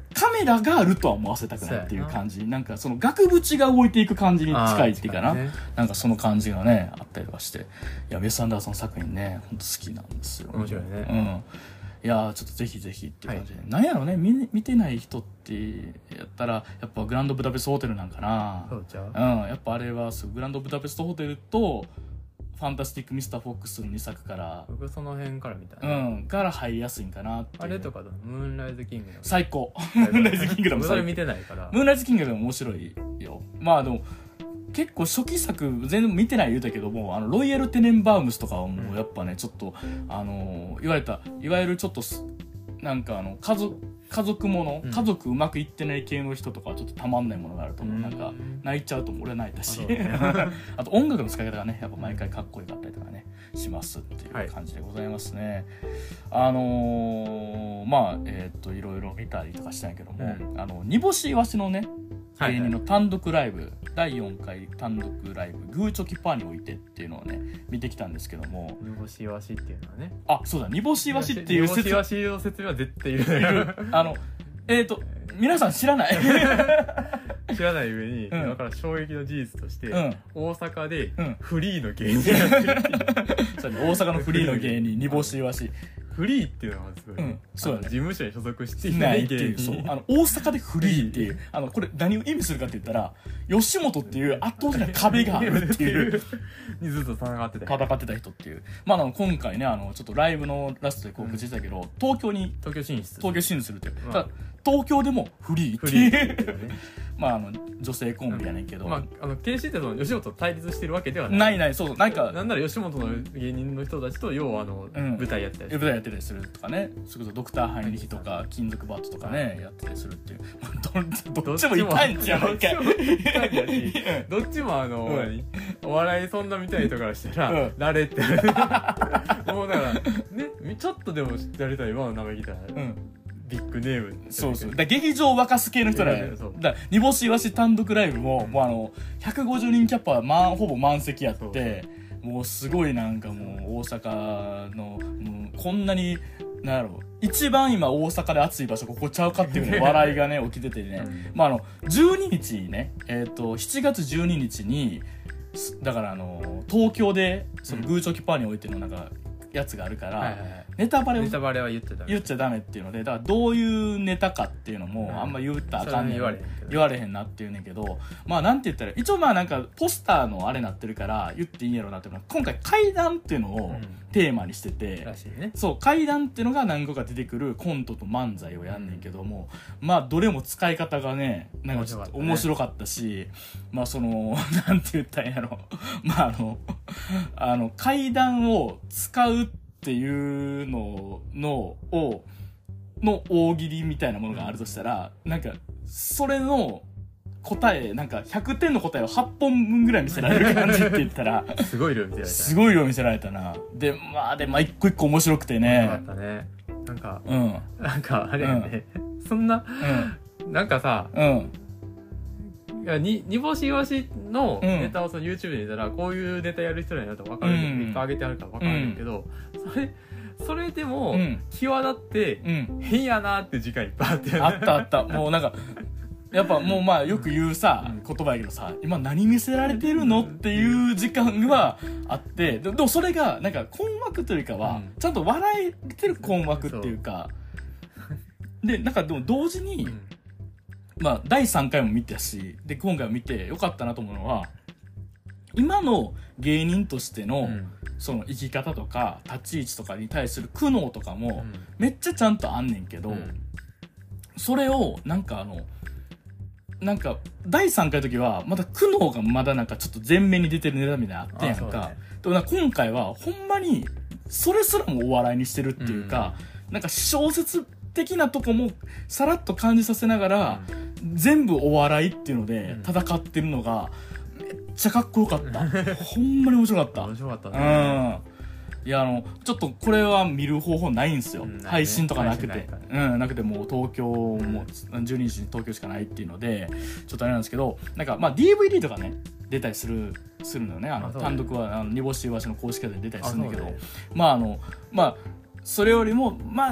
カメラがあるとは思わせたくないっていう感じ、なんかその額縁が動いていく感じに近いっていうかな、ね、なんかその感じがねあったりとかして、いやウェス・アンダーソン作品ねほんと好きなんですよ。 面白いね。 うん。いやちょっとぜひぜひっていう感じで、はい、なんやろね 見, 見てない人ってやったらやっぱグランドブダペストホテルなんかな。 そうちゃう、 うん、やっぱあれはグランドブダペストホテルとファンタスティック・ミスター・フォックスのにさくから僕その辺から見たいな、うん、から入りやすいんかなって。 あれとかだムーンライズ・キングダム最高ムーンライズ・キングダムそれ見てないからムーンライズ・キングダム面白いよ。まあでも結構初期作全然見てない言うたけども、あのロイヤル・テネンバウムスとかはもうやっぱねちょっとあの言われたいわゆるちょっとなんかあの家族家族もの、うん、家族うまくいってない系の人とかはちょっとたまんないものがあると思う、うん、なんか泣いちゃうと俺は泣いたし あ, あと音楽の使い方がねやっぱ毎回かっこよかったりとかねしますっていう感じでございますね、はい、あのー、まあえー、っといろいろ見たりとかしたんやけども、うん、あの煮干しイワシのね芸人の単独ライブ、はいはい、だいよんかい単独ライブグーチョキパーにおいてっていうのをね見てきたんですけども、 煮干しイワシっていうのはね、 あそうだ煮干しイワシっていう説煮干しイワシの説明は絶対いるあのえっ、ー、と皆さん知らない知らない上に、うん、だから衝撃の事実として、うん、大阪でフリーの芸人やってるっていう、 うん、大阪のフリーの芸人煮干しイワシフリーっていうのはすごい、うん、 そうだね、 事務所に所属していないっていう、 そうあの大阪でフリーっていうあのこれ何を意味するかって言ったら吉本っていう圧倒的な壁があるっていうにずっと戦ってた戦ってた人っていう、まあ、あの今回ねあのちょっとライブのラストで告知したけど、うん、東京に東京進出東京進出するっていう、まあ、ただ東京でもフリーっていう、ね、まああの女性コンビやねんけど、 うん、まああのケンシーってその吉本と対立してるわけではないないないそうなんかなんなら吉本の芸人の人たちと要はあの、うん、舞台やったり舞台やってたりするとかね、それこそドクターハイニヒとか金属バットとかねやってたりするっていう、ど, どっちも痛いんちゃうかどっちもあの、うん、お笑いそんな見たい人からしたら、うん、誰ってもうだからねちょっとでも知ってやりたい今の名前聞いたら、うんビッグネームそうそうだ劇場を沸かす系の人らや、だ煮干しイワシ単独ライブも、うん、もうあのひゃくごじゅうにんキャパは、まあ、ほぼ満席やって、もうすごいなんかもう大阪のもうこんなになんやろ一番今大阪で暑い場所ここちゃうかっていうの笑いがね起きててね、うん、まああのじゅうににちにねえっ、ー、としちがつじゅうににちにだからあの東京でそのグーチョキパーにおいてのなんかやつがあるから、はいはいはい、ネタバレをネタバレは言っちゃダメ言っちゃダメっていうので、だからどういうネタかっていうのもあんま言ったらあかんねん、言われへんけど言われへんなっていうねんけど、まあなんて言ったら一応まあなんかポスターのあれなってるから言っていいんやろうなっていうのは、今回怪談っていうのをテーマにしてて、 うんらしいね、 そう怪談っていうのが何個か出てくるコントと漫才をやんねんけども、うん、まあどれも使い方がねなんかちょっと面白かったし、まあそのなんて言ったらいいんやろまああのあの怪談を使うっていうののをの大喜利みたいなものがあるとしたら、なんかそれの答えなんかひゃくてんの答えをはっぽんぶんぐらい見せられる感じって言ったらすごい量見せられたすごい量見せられたな。でまあでまあ一個一個面白くてね、 面白かったね。なんか、うん、なんかあれやね、うん、そんな、うん、なんかさ、うんいやに煮干しイワシのネタをその YouTube で見たら、うん、こういうネタやる人なんやと分かる、うん、いっぱい上げてあるから分かるんだけど、うん、それそれでも、うん、際立って、うん、変やなって時間いっぱいあって、ね、 あったあったもうなんかやっぱもうまあよく言うさ、うん、言葉やけどさ今何見せられてるのっていう時間はあってでもそれがなんか困惑というかは、うん、ちゃんと笑えてる困惑っていうかでなんかでも同時に、うんまあ、だいさんかいも見たしで今回も見てよかったなと思うのは今の芸人としての、うん、その生き方とか立ち位置とかに対する苦悩とかも、うん、めっちゃちゃんとあんねんけど、うん、それをなんかあのなんかだいさんかいの時はまだ苦悩がまだなんかちょっと前面に出てるネタみたいなのあってんやんか、ね、でもなんか今回はほんまにそれすらもお笑いにしてるっていうか、うん、なんか小説的なとこもさらっと感じさせながら、うん、全部お笑いっていうので戦ってるのがめっちゃかっこよかったほんまに面白かった面白かったね、 うん、いやあのちょっとこれは見る方法ないんですよ、うんね、配信とかなくてな、ねうん、なくてもう東京もじゅうににちに東京しかないっていうのでちょっとあれなんですけどなんかまあ ディーブイディー とかね出たりするするのよねあの単独はあの煮干しイワシの公式で出たりするんだけど、ね、まああのまあそれよりもまあ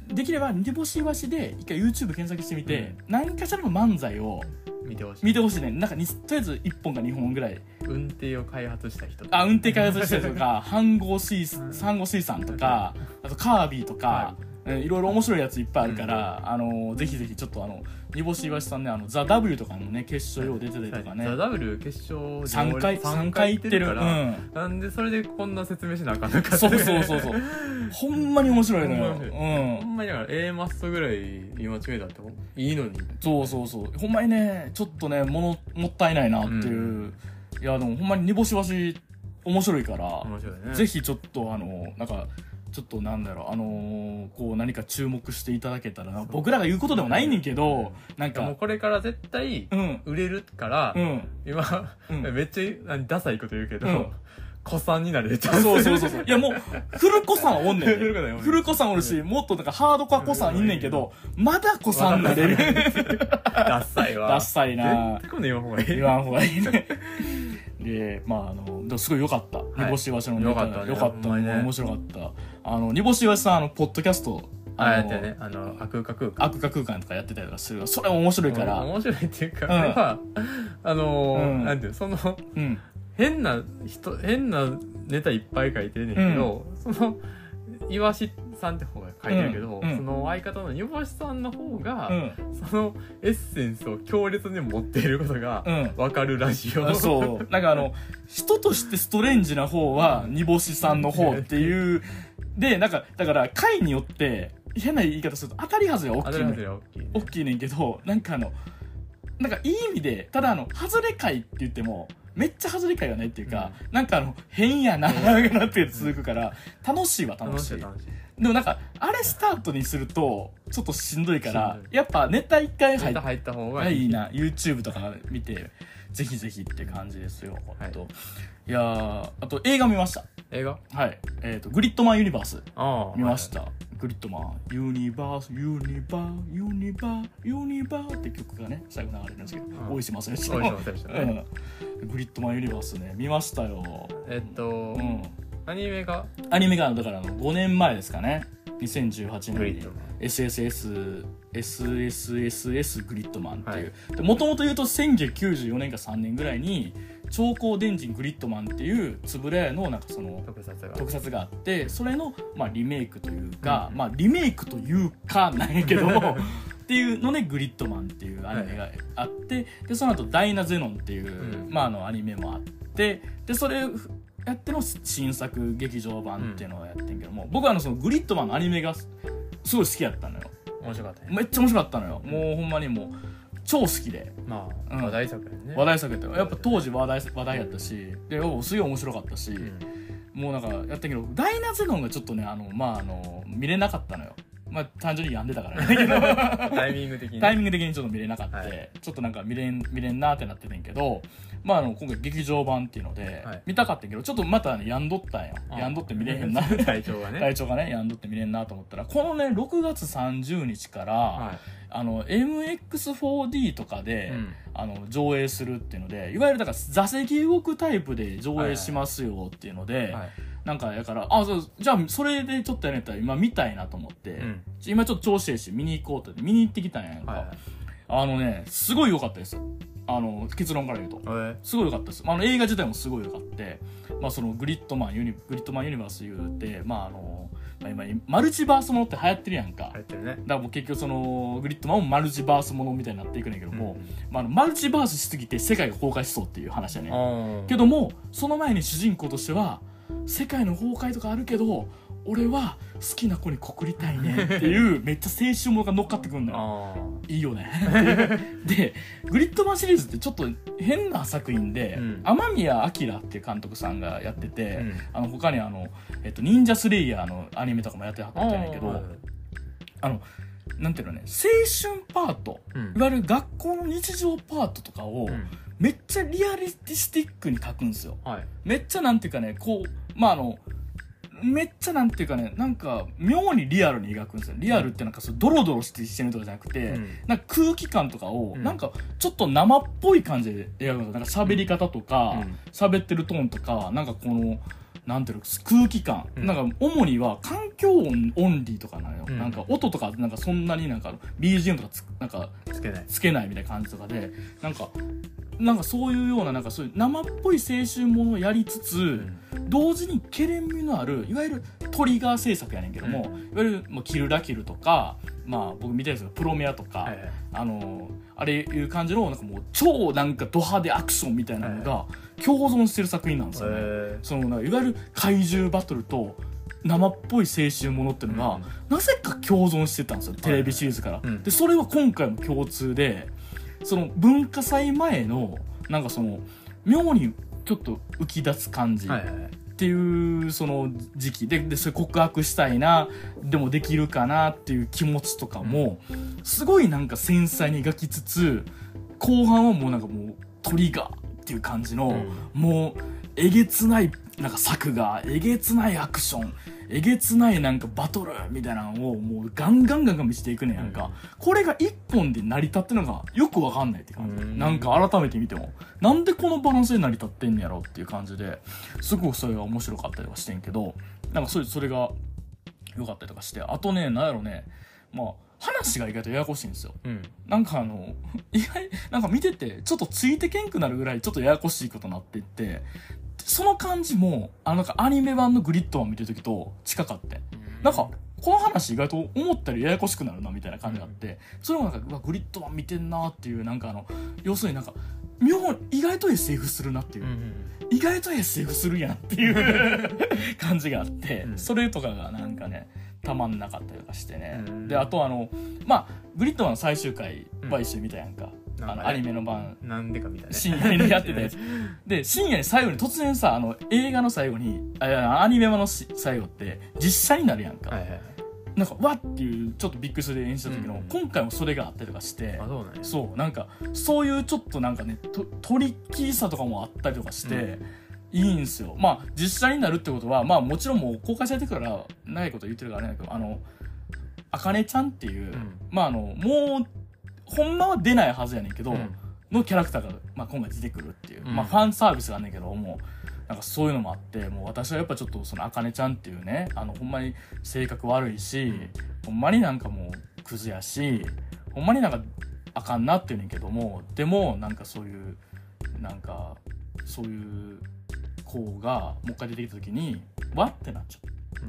できれば煮干しイワシで一回 YouTube 検索してみて、うん、何かしらの漫才を見てほしい見てほしいね。なんかにとりあえずいっぽんかにほんぐらい。 運転を開発した人あ運転開発した人とか飯合水産後水産とかあとカービィとか、はい、いろいろ面白いやついっぱいあるから、うん、あのぜひぜひちょっとあの煮干しイワシさんねあのザ・ W とかのね決勝よう出てたりとかね、 ザ・ W 決勝さんかいさんかい行ってるから、 うん、なんでそれでこんな説明しなあかんのかってそうそうそうそうほんまに面白いのよ。うん、 ほんまにだから A マストぐらい言い間違えたっていいのに。 そうそうそうほんまにねちょっとねものもったいないなっていう、うん、いやでもほんまに煮干しイワシ面白いから面白い、ね、 ぜひちょっとあのなんかちょっとなんだろうあのー、こう何か注目していただけたらな。僕らが言うことでもないねんけど、うん、なんかもうこれから絶対売れるから、うん、今、うん、めっちゃダサいこと言うけど、うん、子さんになれちゃう。 そうそうそうそういやもうフル子さんおんねんフル子さんおるしもっとなんかハードコア子さんいんねんけどまだ子さんになれるダッサいわダッサいな。 絶対言わん方がいい言わん方がいいねでまああのすごい良かった、はい、煮干しイワシのネタ良かったね。 良かったね面白かった。あの煮干しイワシさんあのポッドキャストあやってねあのアクカ空間アクカ空間とかやってたりとかするそれ面白いから面白いっていうか、うん、あれはあのーうん、なんていうその、うん、変な人変なネタいっぱい書いてるねんけど、うん、そのイワシさんって方が書いてるけど、うん、その相方の煮干しさんの方が、うん、そのエッセンスを強烈に持っていることが分かるラジオ、 うん、そうなんかあの人としてストレンジな方は煮干しさんの方っていうでなんかだから回によって変な言い方すると当たり外れが大きいねん大きいねんけどなんかあのなんかいい意味でただあの外れ回って言ってもめっちゃ外れ回はないっていうか、うん、なんかあの変やなーって続くから楽しいは楽しい。楽しい楽しいでもなんかあれスタートにするとちょっとしんどいからやっぱネタ一回入った方がいいいいな YouTube とか見てぜひぜひって感じですよ、はい、いやーあと映画見ました。 映画はいえっ、ー、とグリッドマンユニバース見ました、はい、グリッドマンユニバースユニバーユニバーユニバーって曲がね最後流れるんですけど大石正義のグリッドマンユニバースね見ましたよ。 えっとうんアニメがアニメがだからのごねんまえですかねにせんじゅうはちねんに エスエスエス エスエスエスエス グリッドマンっていうもともと言うとせんきゅうひゃくきゅうじゅうよねんかさんねんぐらいに超高電人グリッドマンっていう円谷のなんかその特撮が特撮があってそれのまあリメイクというか、うん、まあリメイクというかなんやけどっていうのでグリッドマンっていうアニメがあって、はい、でその後ダイナゼノンっていう、うん、まああのアニメもあってでそれやっての新作劇場版っていうのをやってんけども、うん、僕はあのそのグリッドマンのアニメがすごい好きやったのよ。 面白かった、ね、 めっちゃ面白かったのよ。もうほんまにもう超好きでまあ、うん、話題作やね話題作やったやっぱ当時話題話題やったしですごい面白かったし、うん、もうなんかやったけどダイナゼノンがちょっとねあのまああの見れなかったのよ。まあ単純に病んでたからねタイミング的にタイミング的にちょっと見れなかった、はい、ちょっとなんか見れん見れんなってなっててんけどまああの今回劇場版っていうので、はい、見たかったけどちょっとまたね病んどったんよ。病んどって見れへんな体調がね体調がね病んどって見れんなと思ったらこのねろくがつさんじゅうにちから、はいあの エムエックスフォーディー とかで、うん、あの上映するっていうのでいわゆるだから座席動くタイプで上映しますよっていうので、はいはいはい、なんかやからあそうじゃあそれでちょっとやめたら今見たいなと思って、うん、今ちょっと調子いいし見に行こうって見に行ってきたんやんか、はいはい、あのねすごい良かったです。あの結論から言うと、えー、すごい良かったです。あの映画自体もすごい良かった、まあ、そのグリッドマンユニグリッドマンユニバース言うてまああの今マルチバースものって流行ってるやんか。 流行ってるね。だからもう結局そのグリッドマンもマルチバースものみたいになっていくねんけども、うんまあ、あのマルチバースしすぎて世界が崩壊しそうっていう話やねけどもその前に主人公としては世界の崩壊とかあるけど俺は好きな子に告りたいねっていうめっちゃ青春ものが乗っかってくるんだよ。いいよねでグリッドマンシリーズってちょっと変な作品で、うん、雨宮明っていう監督さんがやってて、うん、あの他にあの、えっと、忍者スレイヤーのアニメとかもやってはったんやけどあのなんていうのね青春パート、うん、いわゆる学校の日常パートとかを、うん、めっちゃリアリスティックに書くんですよ、はい、めっちゃなんていうかねこうまああのめっちゃなんていうかねなんか妙にリアルに描くんですよ。リアルってなんかそうドロドロしてしてるとかじゃなくて、うん、なんか空気感とかを、うん、なんかちょっと生っぽい感じで描くんですよ。なんか喋り方とか喋、うん、ってるトーンとかなんかこのなんていうの空気感、うん、なんか主には環境音オンリーとかなのよ、うん、なんか音とかなんかそんなになんか ビージーエム とかつなんかつけないつけないみたいな感じとかでなんかなんかそういうようななんかそういう生っぽい青春ものをやりつつ、うん、同時にケレン味のあるいわゆるトリガー制作やねんけども、うん、いわゆるもうキルラキルとかまあ僕見たいですけどプロメアとか、はいはい、あのあれいう感じのなんかもう超なんかド派手アクションみたいなのが共存してる作品なんですよね、はいはい、そのなんかいわゆる怪獣バトルと生っぽい青春ものっていうのが、うん、なぜか共存してたんですよテレビシリーズから、はいはい、でそれは今回も共通でその文化祭前のなんかその妙にちょっと浮き立つ感じっていうその時期で、でそれ告白したいなでもできるかなっていう気持ちとかもすごいなんか繊細に描きつつ後半はもうなんかもうトリガーっていう感じの、うん、もうえげつないなんか作画えげつないアクションえげつないなんかバトルみたいなのをもうガンガンガンガン見せていくねんやんか、うん、これが一本で成り立ってるのがよくわかんないって感じ、うん、なんか改めて見てもなんでこのバランスで成り立ってんねやろっていう感じですごくそれが面白かったりはしてんけどなんかそれ、それが良かったりとかしてあとねなんやろねまあ話が意外とややこしいんですよ、うん、なんかあの意外なんか見ててちょっとついてけんくなるぐらいちょっとややこしいことになっていってその感じもあのなんかアニメ版のグリッドマン見てる時と近かって、うん、なんかこの話意外と思ったよりややこしくなるなみたいな感じがあって、うん、それもなんかうわグリッドマン見てんなっていうなんかあの要するになんか妙意外と エスエフ するなっていう、うん、意外と エスエフ するやんっていう感じがあって、うん、それとかがなんかねたまんなかったりとかしてね、うん、であとあのまあグリッドマンの最終回は一緒に見たやんか、うん、あのアニメの版なんでかみたいな深夜にやってたやつで深夜に最後に突然さあの映画の最後にあアニメ版の最後って実写になるやんか、はいはいはい、なんかわっていうちょっとびっくりする演出の時の、うん、今回もそれがあったりとかしてあそうなんやそうなんかそういうちょっとなんかねト, トリッキーさとかもあったりとかして、うんいいんすよ。まあ実写になるってことはまあもちろんもう公開されてからないこと言ってるからあれだけどあのあかねちゃんっていう、うん、まああのもうほんまは出ないはずやねんけど、うん、のキャラクターが、まあ、今回出てくるっていう、うん、まあファンサービスがあんねんけどもうなんかそういうのもあってもう私はやっぱちょっとそのあかねちゃんっていうねあのほんまに性格悪いし、うん、ほんまになんかもうクズやしほんまになんかあかんなって言うねんけどもでもなんかそういうなんかそういう子がもう一回出てきた時にわってなっちゃった、うん、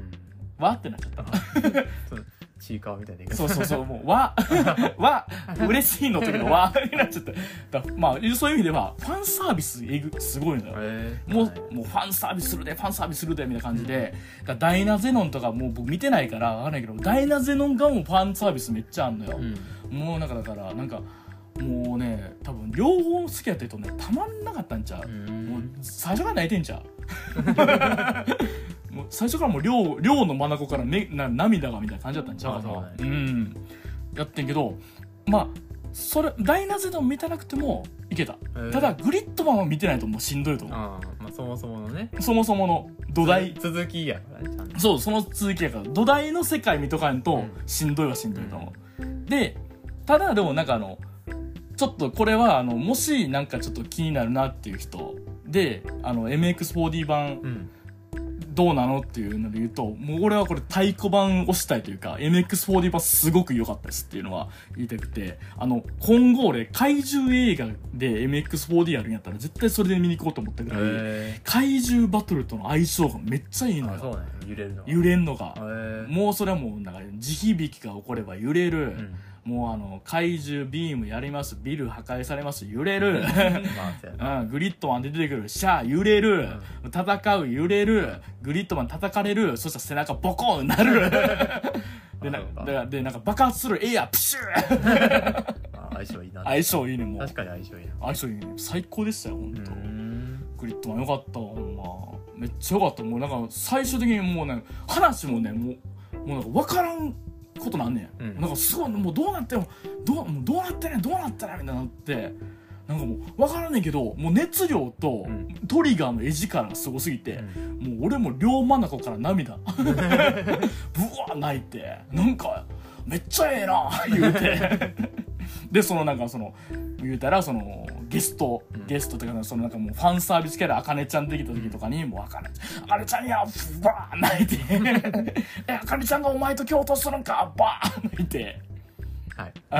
わってなっちゃったちいかわみたいなそうそうそうもうわわ嬉しいの時のわになっちゃっただまあそういう意味ではファンサービスえぐすごいのよ、えー、もう、はい、もうファンサービスするでファンサービスするでみたいな感じで、うん、だダイナゼノンとかもう僕見てないからわかんないけどダイナゼノンがもうファンサービスめっちゃあんのよ、うん、もうなんかだからなんかもうね多分両方好きやってるとねたまんなかったんちゃう、うもう最初から泣いてんちゃうもう最初からもう寮寮の眼からめな涙がみたいな感じだったんちゃうかな、ね、うんやってんけどまあそれダイナゼノン見てなくてもいけた、えー、ただグリッドマンは見てないともうしんどいと思うあ、まあ、そもそものねそもそもの土台続きやからねちゃんとそうその続きやから土台の世界見とかんとしんどいはしんどいと思う、うん、でただでもなんかあのちょっとこれはあのもしなんかちょっと気になるなっていう人であの エムエックスフォーディー 版どうなのっていうので言うともう俺はこれ太鼓判押したいというか エムエックスフォーディー 版すごく良かったですっていうのは言いたくてあの今後俺怪獣映画で エムエックスフォーディー あるんやったら絶対それで見に行こうと思ったぐらい怪獣バトルとの相性がめっちゃいいのよ。 そうね、揺れるの揺れんのがもうそれはもうなんか地響きが起これば揺れる、うんもうあの怪獣ビームやりますビル破壊されます揺れる、うん、グリッドマン出てくるシャー揺れる、うん、戦う揺れるグリッドマン叩かれるそしたら背中ボコーンなるでなでなんか爆発するエアプシュー相性いいな相性いいねもう確かに相性いいな相性いいね最高でしたよほんとグリッドマンよかったほんまめっちゃよかったもうなんか最終的にもうね話もねもうもうなんか分からんことなんねん、うん、なんかすごいもうどうなってもどうもうどうなってねどうなってねみたいになってなんかもう分からんねんけどもう熱量とトリガーの絵力がすごすぎて、うん、もう俺も両真ん中から涙ブワー泣いてなんかめっちゃええな言うてでそのなんかその言うたらそのゲスト、うん、ゲストとかそのなんかもうファンサービスキャラあかねちゃんできた時とかに、もうあかねあかねちゃんやバーン泣いてえあかねちゃんがお前と共闘するんかバーン泣いてはいはい、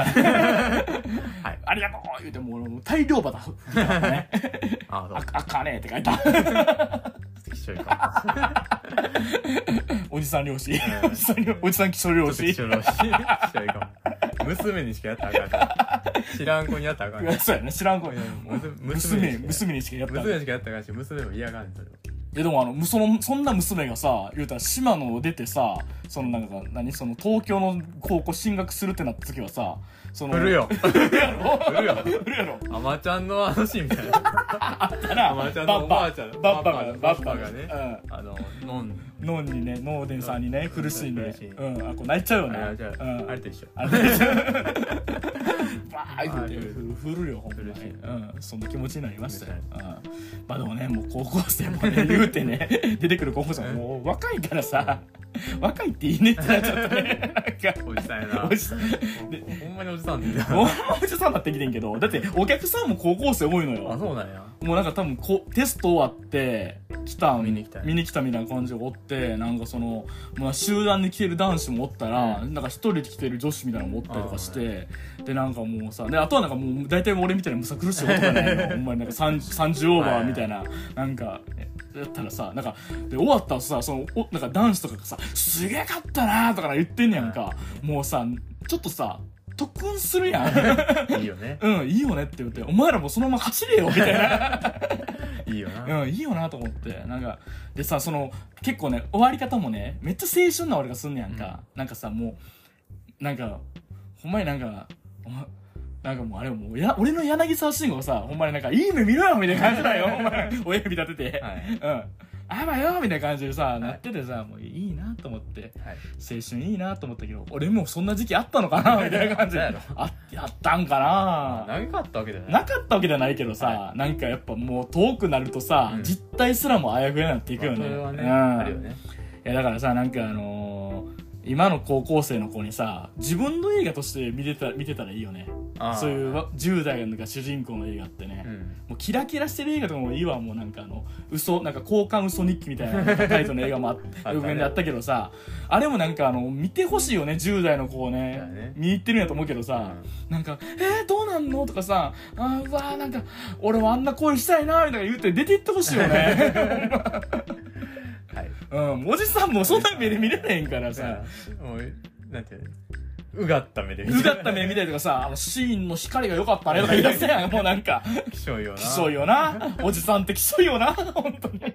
ありがとう言うてもう大量バタ吹いてたねあああかねって書いた一緒かおじさん漁師おじさん気象漁師気象漁師一緒か娘にしかやったらあかん知らん子にやったらあかんそうやね知らん子に娘娘にしかやったら娘にしかやったらあかんし娘も嫌がんねんそれは。 えでもあのそのそんな娘がさ言うたら島野を出てさそのなんか何その東京の高校進学するってなった時はさその振るよ振るやろ振るよ振るやろあまちゃんのあのシーンみたいなあったなあまちゃんのおばあちゃんバッパがバッパがね、 うん、 あのノンノンにねノーデンさんにね苦しいねうんあこれ泣いちゃうよねあれ、うん、あれと一緒あれと一緒バーッて振るよほんまにうんそんな気持ちになりましたよ、うん、まあでもねもう高校生もね言うてね出てくる高校生ももう若いからさ若いっていいねってなっちゃったねなんかおじさんやなおじさんでほんまにおじさんってほんまおじさんなってきてんけどだってお客さんも高校生多いのよあそうなんやもうなんか多分こテスト終わって来た見に来た見に来たみたいな感じがおってなんかその、まあ、集団で来てる男子もおったら、うん、なんか一人で来てる女子みたいなのもおったりとかして、でなんかもうさであとはなんかもう大体俺みたいなむさ苦しい男がねほんまになんかさんじゅうオーバーみたいな、はいはい、なんかやったらさなんかで終わったらさそのおなんか男子とかがさすげえかったなとか言ってんねやんか、はい、もうさちょっとさ特訓するやんいいよねうんいいよねって言ってお前らもそのまま走れよみたいないいよなうんいいよなと思ってなんかでさその結構ね終わり方もねめっちゃ青春な俺がすんねやんか、うん、なんかさもうなんかほんまになんかお前なんかもうあれもうや俺の柳沢慎吾がさほんまになんかいい目見ろよみたいな感じだよほんまに親指立てて、はい、うんあばよみたいな感じでさ、はい、なっててさもういいなと思って、はい、青春いいなと思ったけど俺もそんな時期あったのかなみたいな感じであやったんかななかったわけじゃないなかったわけじゃないけどさ、はい、なんかやっぱもう遠くなるとさ、うん、実態すらもあやふやになっていくよね、 まあ、それはね、 うん、 あるよねいやだからさなんかあのー今の高校生の子にさ自分の映画として見てた見てたらいいよね。そういうじゅう代が主人公の映画ってね、うん、もうキラキラしてる映画とかもいいわ。もうなんかあの嘘なんか交換嘘日記みたいなタイトルの映画もあった予言であったけどさあれもなんかあの見てほしいよね。じゅう代の子を ね, ね見に行ってるんやと思うけどさ、うん、なんかえー、どうなんのとかさあーうわーなんか俺はあんな恋したいなみたいな言って出て行ってほしいよねはい、うん、おじさんもそんな目で見れないんからさもうなんていうのうがった目で見たいうがった目見たりとかさあのシーンの光が良かったねとか言い出せやんもうなんかきしょいよなきしょいよなおじさんってきしょいよな本当に、はい、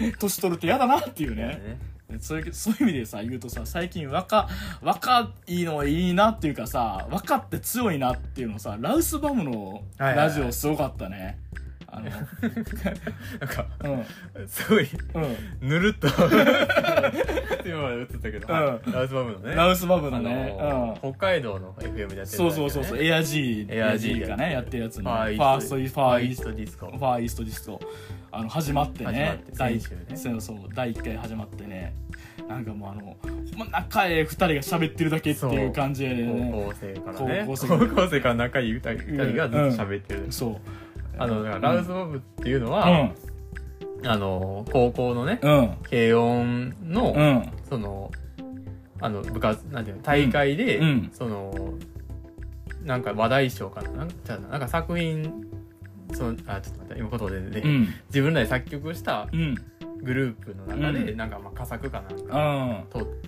年取ると嫌だなっていうねそういう、そういう意味でさ言うとさ最近若若いのいいなっていうかさ若って強いなっていうのさラウスバムのラジオすごかったね、はいはいはいあのなんか、 うん、 すごい、うん、ぬるっと今まで映ったけど、うんはい、ラウスバブのねラウスバブのね、 あのーうん、北海道の エフエム でやってる、ね、 そうそうそうそうエア G エア G がねやってるやつのファーストファーイーストディスコファーイーストディスコあの始まってね第一、ね、そうそう第一回始まってねなんかもうあのほんま仲ええふたりが喋ってるだけっていう感じでね高校生からね高校生高校生から仲いいふたりがずっと喋ってる、 うん、そうあのだからラウスバブっていうのは、うん、あの高校のね、うん、軽音の、うん、そのあの部活なんていうの大会で、うん、そのなんか話題賞かななんかなんか作品そのあちょっと待って今言葉でね、うん、自分らで作曲したグループの中で、うん、なんかまあ佳作かなんか取って、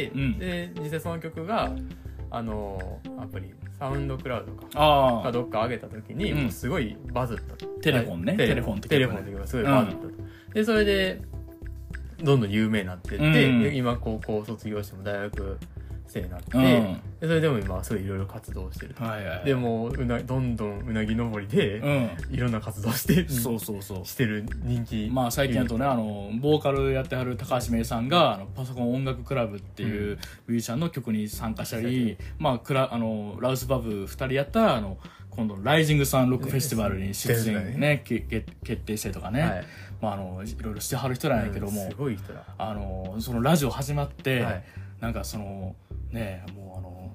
うん、で実際その曲があのアプリサウンドクラウドかかどっか上げた時に、うん、もうすごいバズった。 テレフォンね。 テレフォンってテレフォンっていうかすごいバズったと、うん。でそれでどんどん有名になってって、うん、今高校卒業しても大学生になって、うん、でそれでも今すごいいろいろ活動してる。はいはいはい、でもうなどんどんうなぎ登りで、うん、いろんな活動してそうそうそうしてる人気。 まあ最近だとねあのボーカルやってはる高橋芽衣さんがあのパソコン音楽クラブっていう、うん、ミュージシャンの曲に参加したり、まあクラあのラウスバブふたりやったらあの今度ライジングサンロックフェスティバルに出演ね決定してとかね、はい、まああのいろいろしてはる人なんやけども、 うん、すごい人だ。 あのそのラジオ始まって、はい、なんかそのねもうあの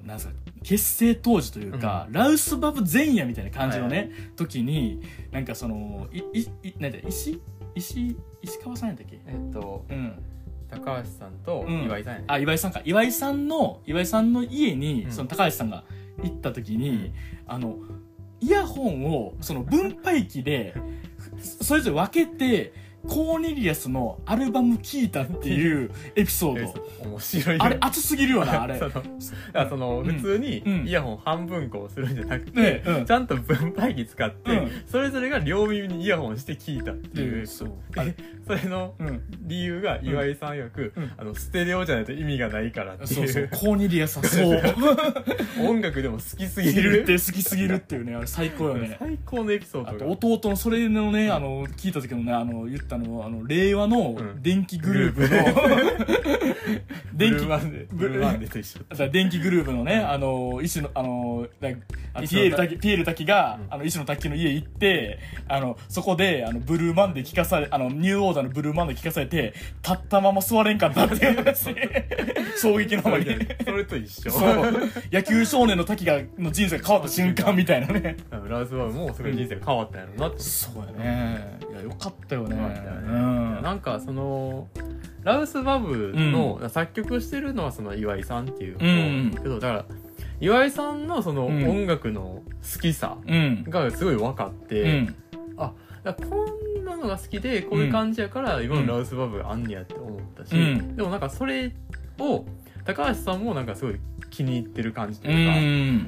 なんすか結成当時というか、うん、ラウスバブ前夜みたいな感じのね、はいはい、時になんかそのいいいなんだ石石石川さんやったっけえっと、うん、高橋さんと岩井さんやね、 うん、あ岩井さんか岩井さんの岩井さんの家に、うん、その高橋さんが行った時に、うん、あのイヤホンをその分配器でそれぞれ分けてコーネリアスのアルバム聴いたっていうエピソード面白いよあれ熱すぎるよなあれそのあその、うん、普通にイヤホン半分こうするんじゃなくて、うん、ちゃんと分配器使って、うん、それぞれが両耳にイヤホンして聴いたっていう、うん、そうそれの理由が岩井さん曰く、うん、あのステレオじゃないと意味がないからっていう、 そうそうコーネリアスはそう音楽でも好きすぎるって好きすぎるっていうねあれ最高よね最高のエピソードがあと弟のそれのね、うん、あの聞いた時のねあの言ったのあの令和の電気グループの、 うん、電気ブルーマンデと一緒電気グループのね、うん、あの石のあのピエール滝ピエール滝が、うん、あの石の滝の家行ってあのそこであのブルーマンデ聞かされあのニューオーダーのブルーマンデ聞かされて立ったまま座れんかったっていう話衝撃のままにそれと一緒そう野球少年の滝がの人生が変わった瞬間みたいなねラウスバブもそれ人生が変わったんやろなって、うん、 そうやねいやよかったよねよかったよね、 うん、なんかそのラウスバブの作曲してるのはその岩井さんっていう子、うん、けどだから岩井さんのその音楽の好きさがすごい分かって、うん、あだこんなのが好きでこういう感じやから今のラウスバブがあんねやって思ったし、うん、でもなんかそれを高橋さんもなんかすごい気に入ってる感じというか、うん、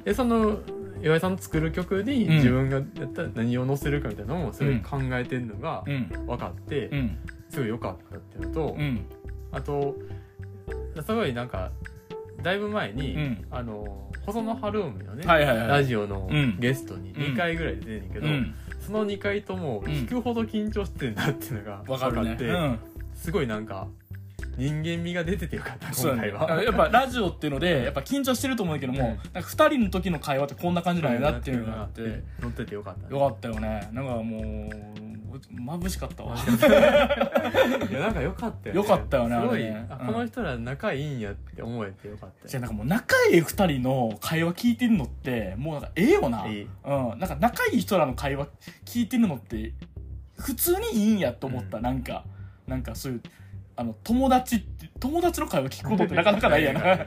でその岩井さんの作る曲に自分がやったら何を載せるかみたいなのをすごい考えてるのが分かって、うん、すごい良かったっていうのと、うん、あとすごいなんかだいぶ前に、うん、あの細野晴臣のね、はいはいはい、ラジオのゲストににかいぐらい出てんねんけど、うん、そのにかいとも聞くほど緊張してんだっていうのが分かって、うんねうん、すごいなんか人間味が出ててよかった今回は、 ね、やっぱラジオっていうのでやっぱ緊張してると思うけども、うん、なんかふたりの時の会話ってこんな感じなんやなっていうのがあって乗っててよかった、 ね、よかったよねなんかもう眩しかったわいやなんかよかったよねよかったよねすごい、ね、あこの人ら仲いいんやって思えてよかったじゃあなんかもう仲いいふたりの会話聞いてるのってもうなんかええよな、いい、うん、なんか仲いい人らの会話聞いてるのって普通にいいんやと思った、うん、なんかなんかそういうあの友達って友達の会話聞くことってなかなかないやな、うん、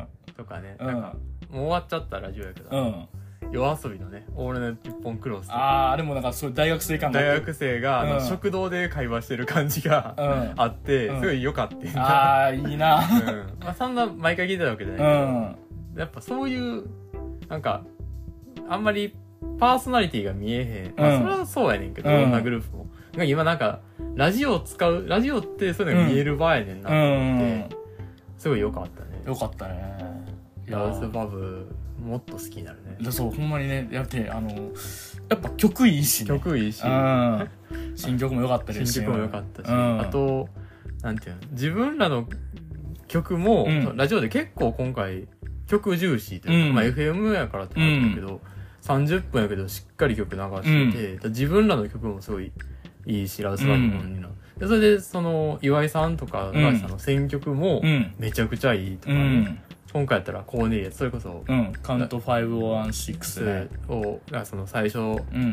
とかね、うん、なんかもう終わっちゃったラジオやけど、うん、夜遊びのねオールナイトニッポンクロスああでもなんかそういう大学生感が大学生が、うん、あの食堂で会話してる感じが、うん、あって、うん、すごい良かった、 ああいいな、 うんまあ、そんな毎回聞いてたわけじゃないけど、うん、やっぱそういうなんかあんまりパーソナリティが見えへん、まあ、それはそうやねんけど、うん、どんなグループも今なんかラジオを使うラジオってそういうのが見える場合やねんなと思って、うん、すごい良かったね良かったねラウスバブもっと好きになるねそうほんまにねやってあのやっぱ曲いいし、ね、 曲いいし、 うん、新曲も良かったですし新曲も良かったし、うん、あとなんていうの自分らの曲も、うん、ラジオで結構今回曲重視というか、うんまあ、エフエム やからってなったけど、うん、さんじゅっぷんやけどしっかり曲流してて、うん、自分らの曲もすごいいいしラウスバブの本にな、うん、でそれでその岩井さんとか高橋さんの選曲もめちゃくちゃいいとかね、うん、今回やったらコーネリアスそれこそ、 うん、カウントごひゃくじゅうろく、ね、 をがその最初、うん、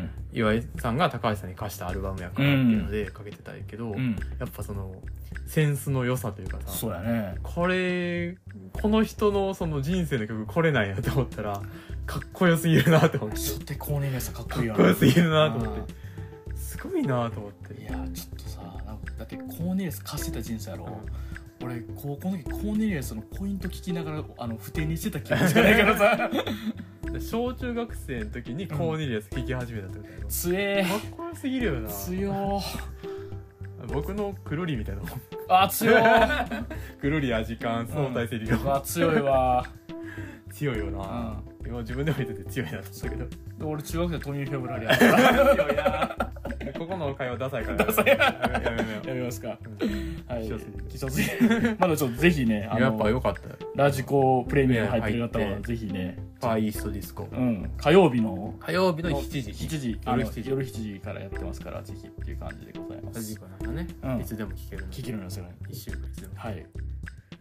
岩井さんが高橋さんに貸したアルバムやからっていうのでかけてたけど、うん、やっぱそのセンスの良さというかさそうやねこれこの人のその人生の曲これなんやと思ったらかっこよすぎるなと思って初手コーネリアスかっこいいよかっこよすぎるなと思ってすごいなと思っていやちょっとさなんかだってコーネリアス貸してた人生やろ、うん、俺高校の時コーネリアスのポイント聞きながらあの不定にしてた気持ちがないからさ小中学生の時にコーネリアス聞き始めたってことやろ、うん、 強えかっこよすぎるよな強僕のくるりみたいなもんあ強いくるり味感相対性理論、 うん、わ強いわ強いよな、うん、今自分でも言ってて強いなと思ったけど俺中学生トニー・フェブラリーやったから強いなここの会話ダサいからダサいやめやめますか、うん、はい希少すぎるまだちょっとぜひねあのやっぱ良かったラジコプレミアム入ってる方はぜひねファーイーストディスコ、 うん、火曜日の火曜日のしちじしちじ夜しちじ夜しちじからやってますからぜひっていう感じでございますラジコなんかね、うん、いつでも聞ける聞けるんですよねいっしゅうかんいつでもはい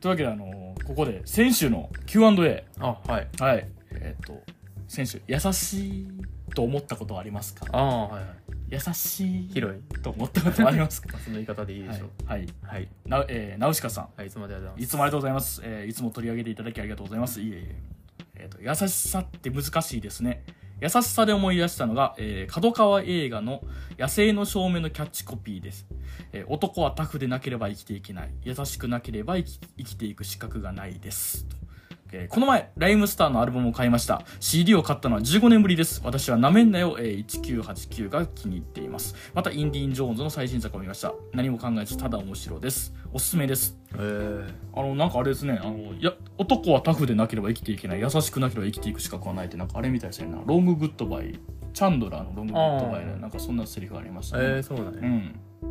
というわけであのここで先週の キューアンドエー。 あ、はいはいえっ、ー、と先週優しいと思ったことはありますか？ ああ、はいはい。 優しい広いと思ったことはありますか？ その言い方でいいでしょう。 はい、 はい、 な、えー、ナウシカさん、 はい、いつもありがとうございます。 いつもありがとうございます、えー、いつも取り上げていただきありがとうございます。いえいえ、えーと、優しさって難しいですね。優しさで思い出したのが、えー、角川映画の野生の証明のキャッチコピーです。えー、男はタフでなければ生きていけない。優しくなければ生き、生きていく資格がないです。えー、この前、ライムスターのアルバムを買いました。シーディー を買ったのはじゅうごねんぶりです。私はなめんなよ、えー、せんきゅうひゃくはちじゅうきゅうが気に入っています。また、インディーン・ジョーンズの最新作を見ました。何も考えず、ただ面白いです。おすすめです。 へー。 あの、なんかあれですね、あの、いや、男はタフでなければ生きていけない。優しくなければ生きていく資格はないって、なんかあれみたいですね。ロンググッドバイ。チャンドラーのロンググッドバイで、なんかそんなセリフがありましたね。 えー、そうだね。 うん。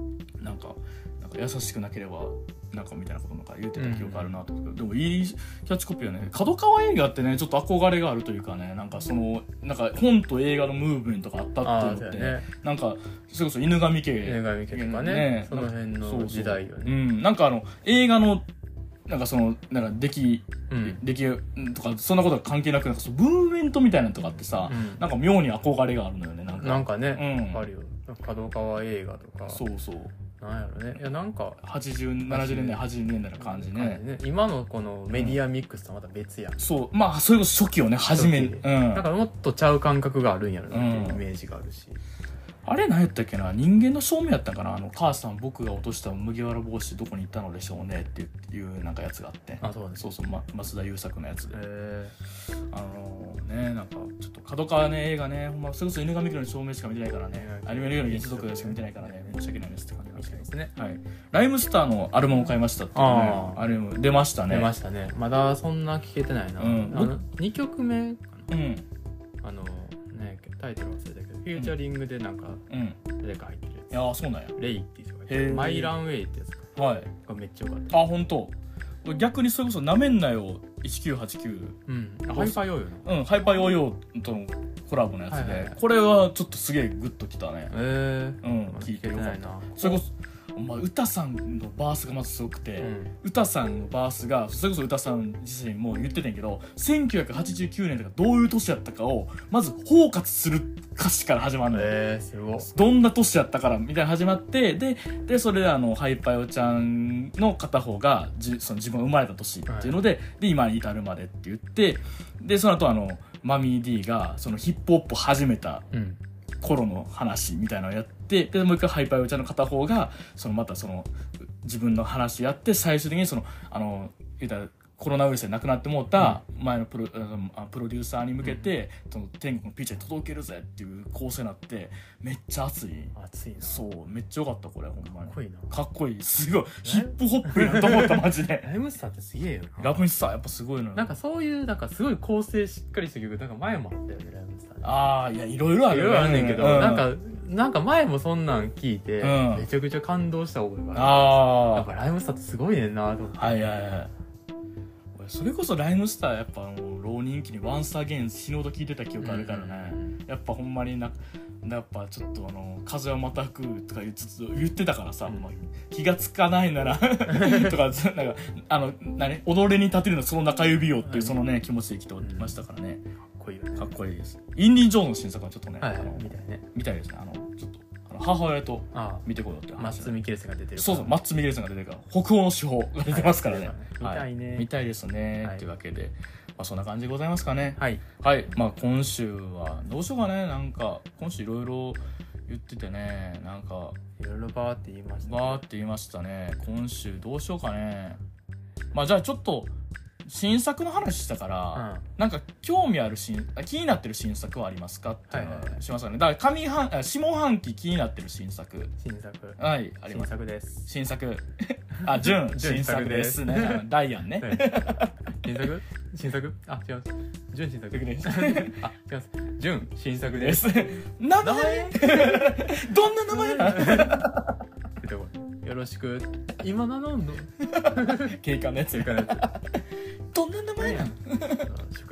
なんか、なんか優しくなければ、なんかみたいなことなんか言ってた記憶あるなと、うん、でもいいキャッチコピーはね、角川映画ってねちょっと憧れがあるというかね、なんかそのなんか本と映画のムーブメントがあったっていうのって、ね、なんかそれこそ犬神家犬神家とかね、ねその辺の時代よね。 そうそう、うん、なんかあの映画のなんかそのなんか出来、うん、出来とかそんなことが関係なくなんかそのムーブメントみたいなのとかってさ、うん、なんか妙に憧れがあるのよね。なんかなんかね、うん、あるよ。角川映画とか。 そうそう。 なんやろね。いやなんかはちじゅう、ななじゅうねんだい、はちじゅうねんだいの感じね。 ね今のこのメディアミックスとはまた別やん。 うん、そう。まあそれこそ初期をね初め、うん。 だからもっとちゃう感覚があるんやろなっていうイメージがあるし。 あれ何やったっけな、人間の証明やったんかな、あの母さん僕が落とした麦わら帽子どこに行ったのでしょうねっていうなんかやつがあって、 あそうね、 そうそう、ま、増田優作のやつで、 へあのー、ねなんかちょっと角川ね映画ねほんまそれこそ犬神家の証明しか見てないからね、アニメのように一族しか見てないからね申し訳ないですって感じなんですけどですね。はい、ライムスターのアルバムを買いましたっていうね、あアルバム出ましたね。 出ましたね。まだそんな聞けてないな。うん、あのにきょくめかな。うん、あのねタイトル忘れたけど。フューチャリングでなんか誰か入ってるやつ、 うん、いやそうなんや。 レイっていう人がいてマイランウェイってやつか、 はい、 がめっちゃ良かった。 あ本当。逆にそれこそなめんなよせんきゅうひゃくはちじゅうきゅう、 うん、ハイパーヨーヨーのうんハイパーヨーヨーとのコラボのやつで、はいはいはい、これはちょっとすげえグッときたね。へえー、うん聞いてよかった。それこそまあ、歌さんのバースがまずすごくて、うん、歌さんのバースがそれこそ歌さん自身も言ってたんやけどせんきゅうひゃくはちじゅうきゅうねんとかどういう年やったかをまず包括する歌詞から始まるのよ。 えー、すごい。 どんな年やったからみたいな始まってででそれであのハイパヨちゃんの片方がじその自分が生まれた年っていうので、はい、で今に至るまでって言ってでその後あのマミー D がそのヒップホップ始めた、うん頃の話みたいなのをやってでもう一回ハイパーヨーちゃんの片方がそのまたその自分の話やって最終的にそのあの言ったらコロナウイルスで亡くなってもうた前のプロ、うん、プロデューサーに向けて、うん、その天国のピーチャーに届けるぜっていう構成になってめっちゃ熱い。 熱いな。 そうめっちゃよかったこれほんまに。 かっこいいな。 かっこいいすごいヒップホップやと思ったマジで。 ライムスターってすげえよな。 ライムスターやっぱすごいのよ。 なんかそういうなんかすごい構成しっかりした曲なんか前もあったよねライムスター。 ああいやいろいろあるいろいろあるねんけど、うん、なんかなんか前もそんなん聞いて、うん、めちゃくちゃ感動した覚えがある。ああやっぱライムスターってすごいねんなと思って。 はいはいはい。それこそライムスターやっぱ浪人期にワンスアゲイン死ぬほど聞いてた記憶あるからね、うん、やっぱほんまになやっぱちょっとあの風はまた吹くとか言って言ってたからさ、うん、気がつかないならとかなんかあの何踊れに立てるのその中指をっていうそのね気持ちで生きておりましたからね、うん、かっこいいよね。かっこいいです。インディ・ジョーンズの新作はちょっとね、 はいはい、あのみたいねみたいですね。あのちょっと母親と見てこようって話、 マッツ・ミケルセンが出てるから。 そうそうマッツ・ミケルセンが出てるから北欧の手法が出てますからね、はい、 見たいね、 はい、見たいですね、はい、というわけで、まあ、そんな感じでございますかね。 はい、 はい、まあ今週はどうしようかね。なんか今週いろいろ言っててねなんかいろいろバーって言いました、 ね、バーって言いましたね。今週どうしようかね。まあじゃあちょっと新作の話したから、うん、なんか興味ある新気になってる新作はありますかっていうのをしますかね。だから上半下半期気になってる新作新作はいあります。 新作です新作あ純新作ですね。ダイアンね新作新作あ違います純新作ですあ違います純新作です名前どんな名前なよろしく今名乗んの警官のやつ警官のやつどんな名前なの祝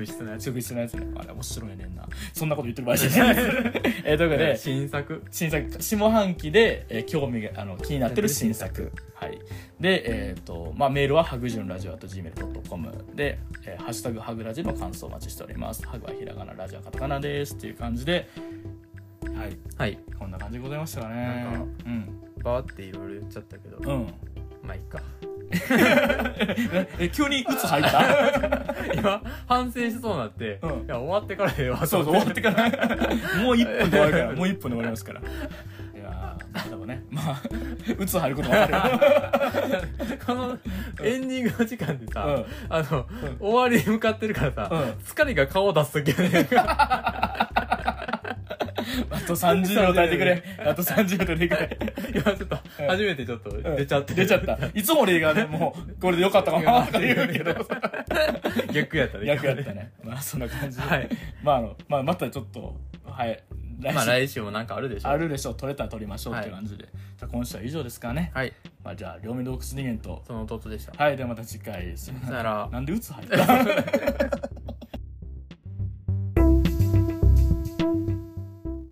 職質のやつ職質のやつね。あれ面白いねんな。そんなこと言ってる場合じゃないえーということで新作新作下半期で、えー、興味があの気になってる新作、はい、で、えーとまあ、メールはハグジュンラジオ アットジーメールドットコム で、えー、ハッシュタグハグラジの感想をお待ちしております。ハグはひらがな、ラジオはカタカナですっていう感じで、はい、はい、こんな感じでございましたかね。 なんか、 うん、 バーっていろいろ言っちゃったけど、うん、まあいいかえ急に鬱入った今反省しそうになって、うん、いや終わってからではそうそう終わってからもういっぷんで終わるからもういっぷんで終わりますからいやーでもねまあ鬱入ることもあるよこのエンディングの時間でさ、うん、あの、うん、終わりに向かってるからさ、うん、疲れが顔を出すときはねあとさんじゅうびょう耐えてくれあとさんじゅうびょう耐えてくれ今ちょっと初めてちょっと出ちゃって、 うん、出ちゃったいつも俺がねもうこれでよかったかなって言うけど逆やったね逆やったねまあそんな感じで、はい、まああの、まあ、またちょっとはい来週,、まあ、来週もなんかあるでしょうあるでしょう取れたら取りましょうって感じで、はい、じゃあ今週は以上ですかね。 はい、 まあ、じゃあ両目洞窟人間とその弟でした。 はいではまた次回すさよならなんで鬱入った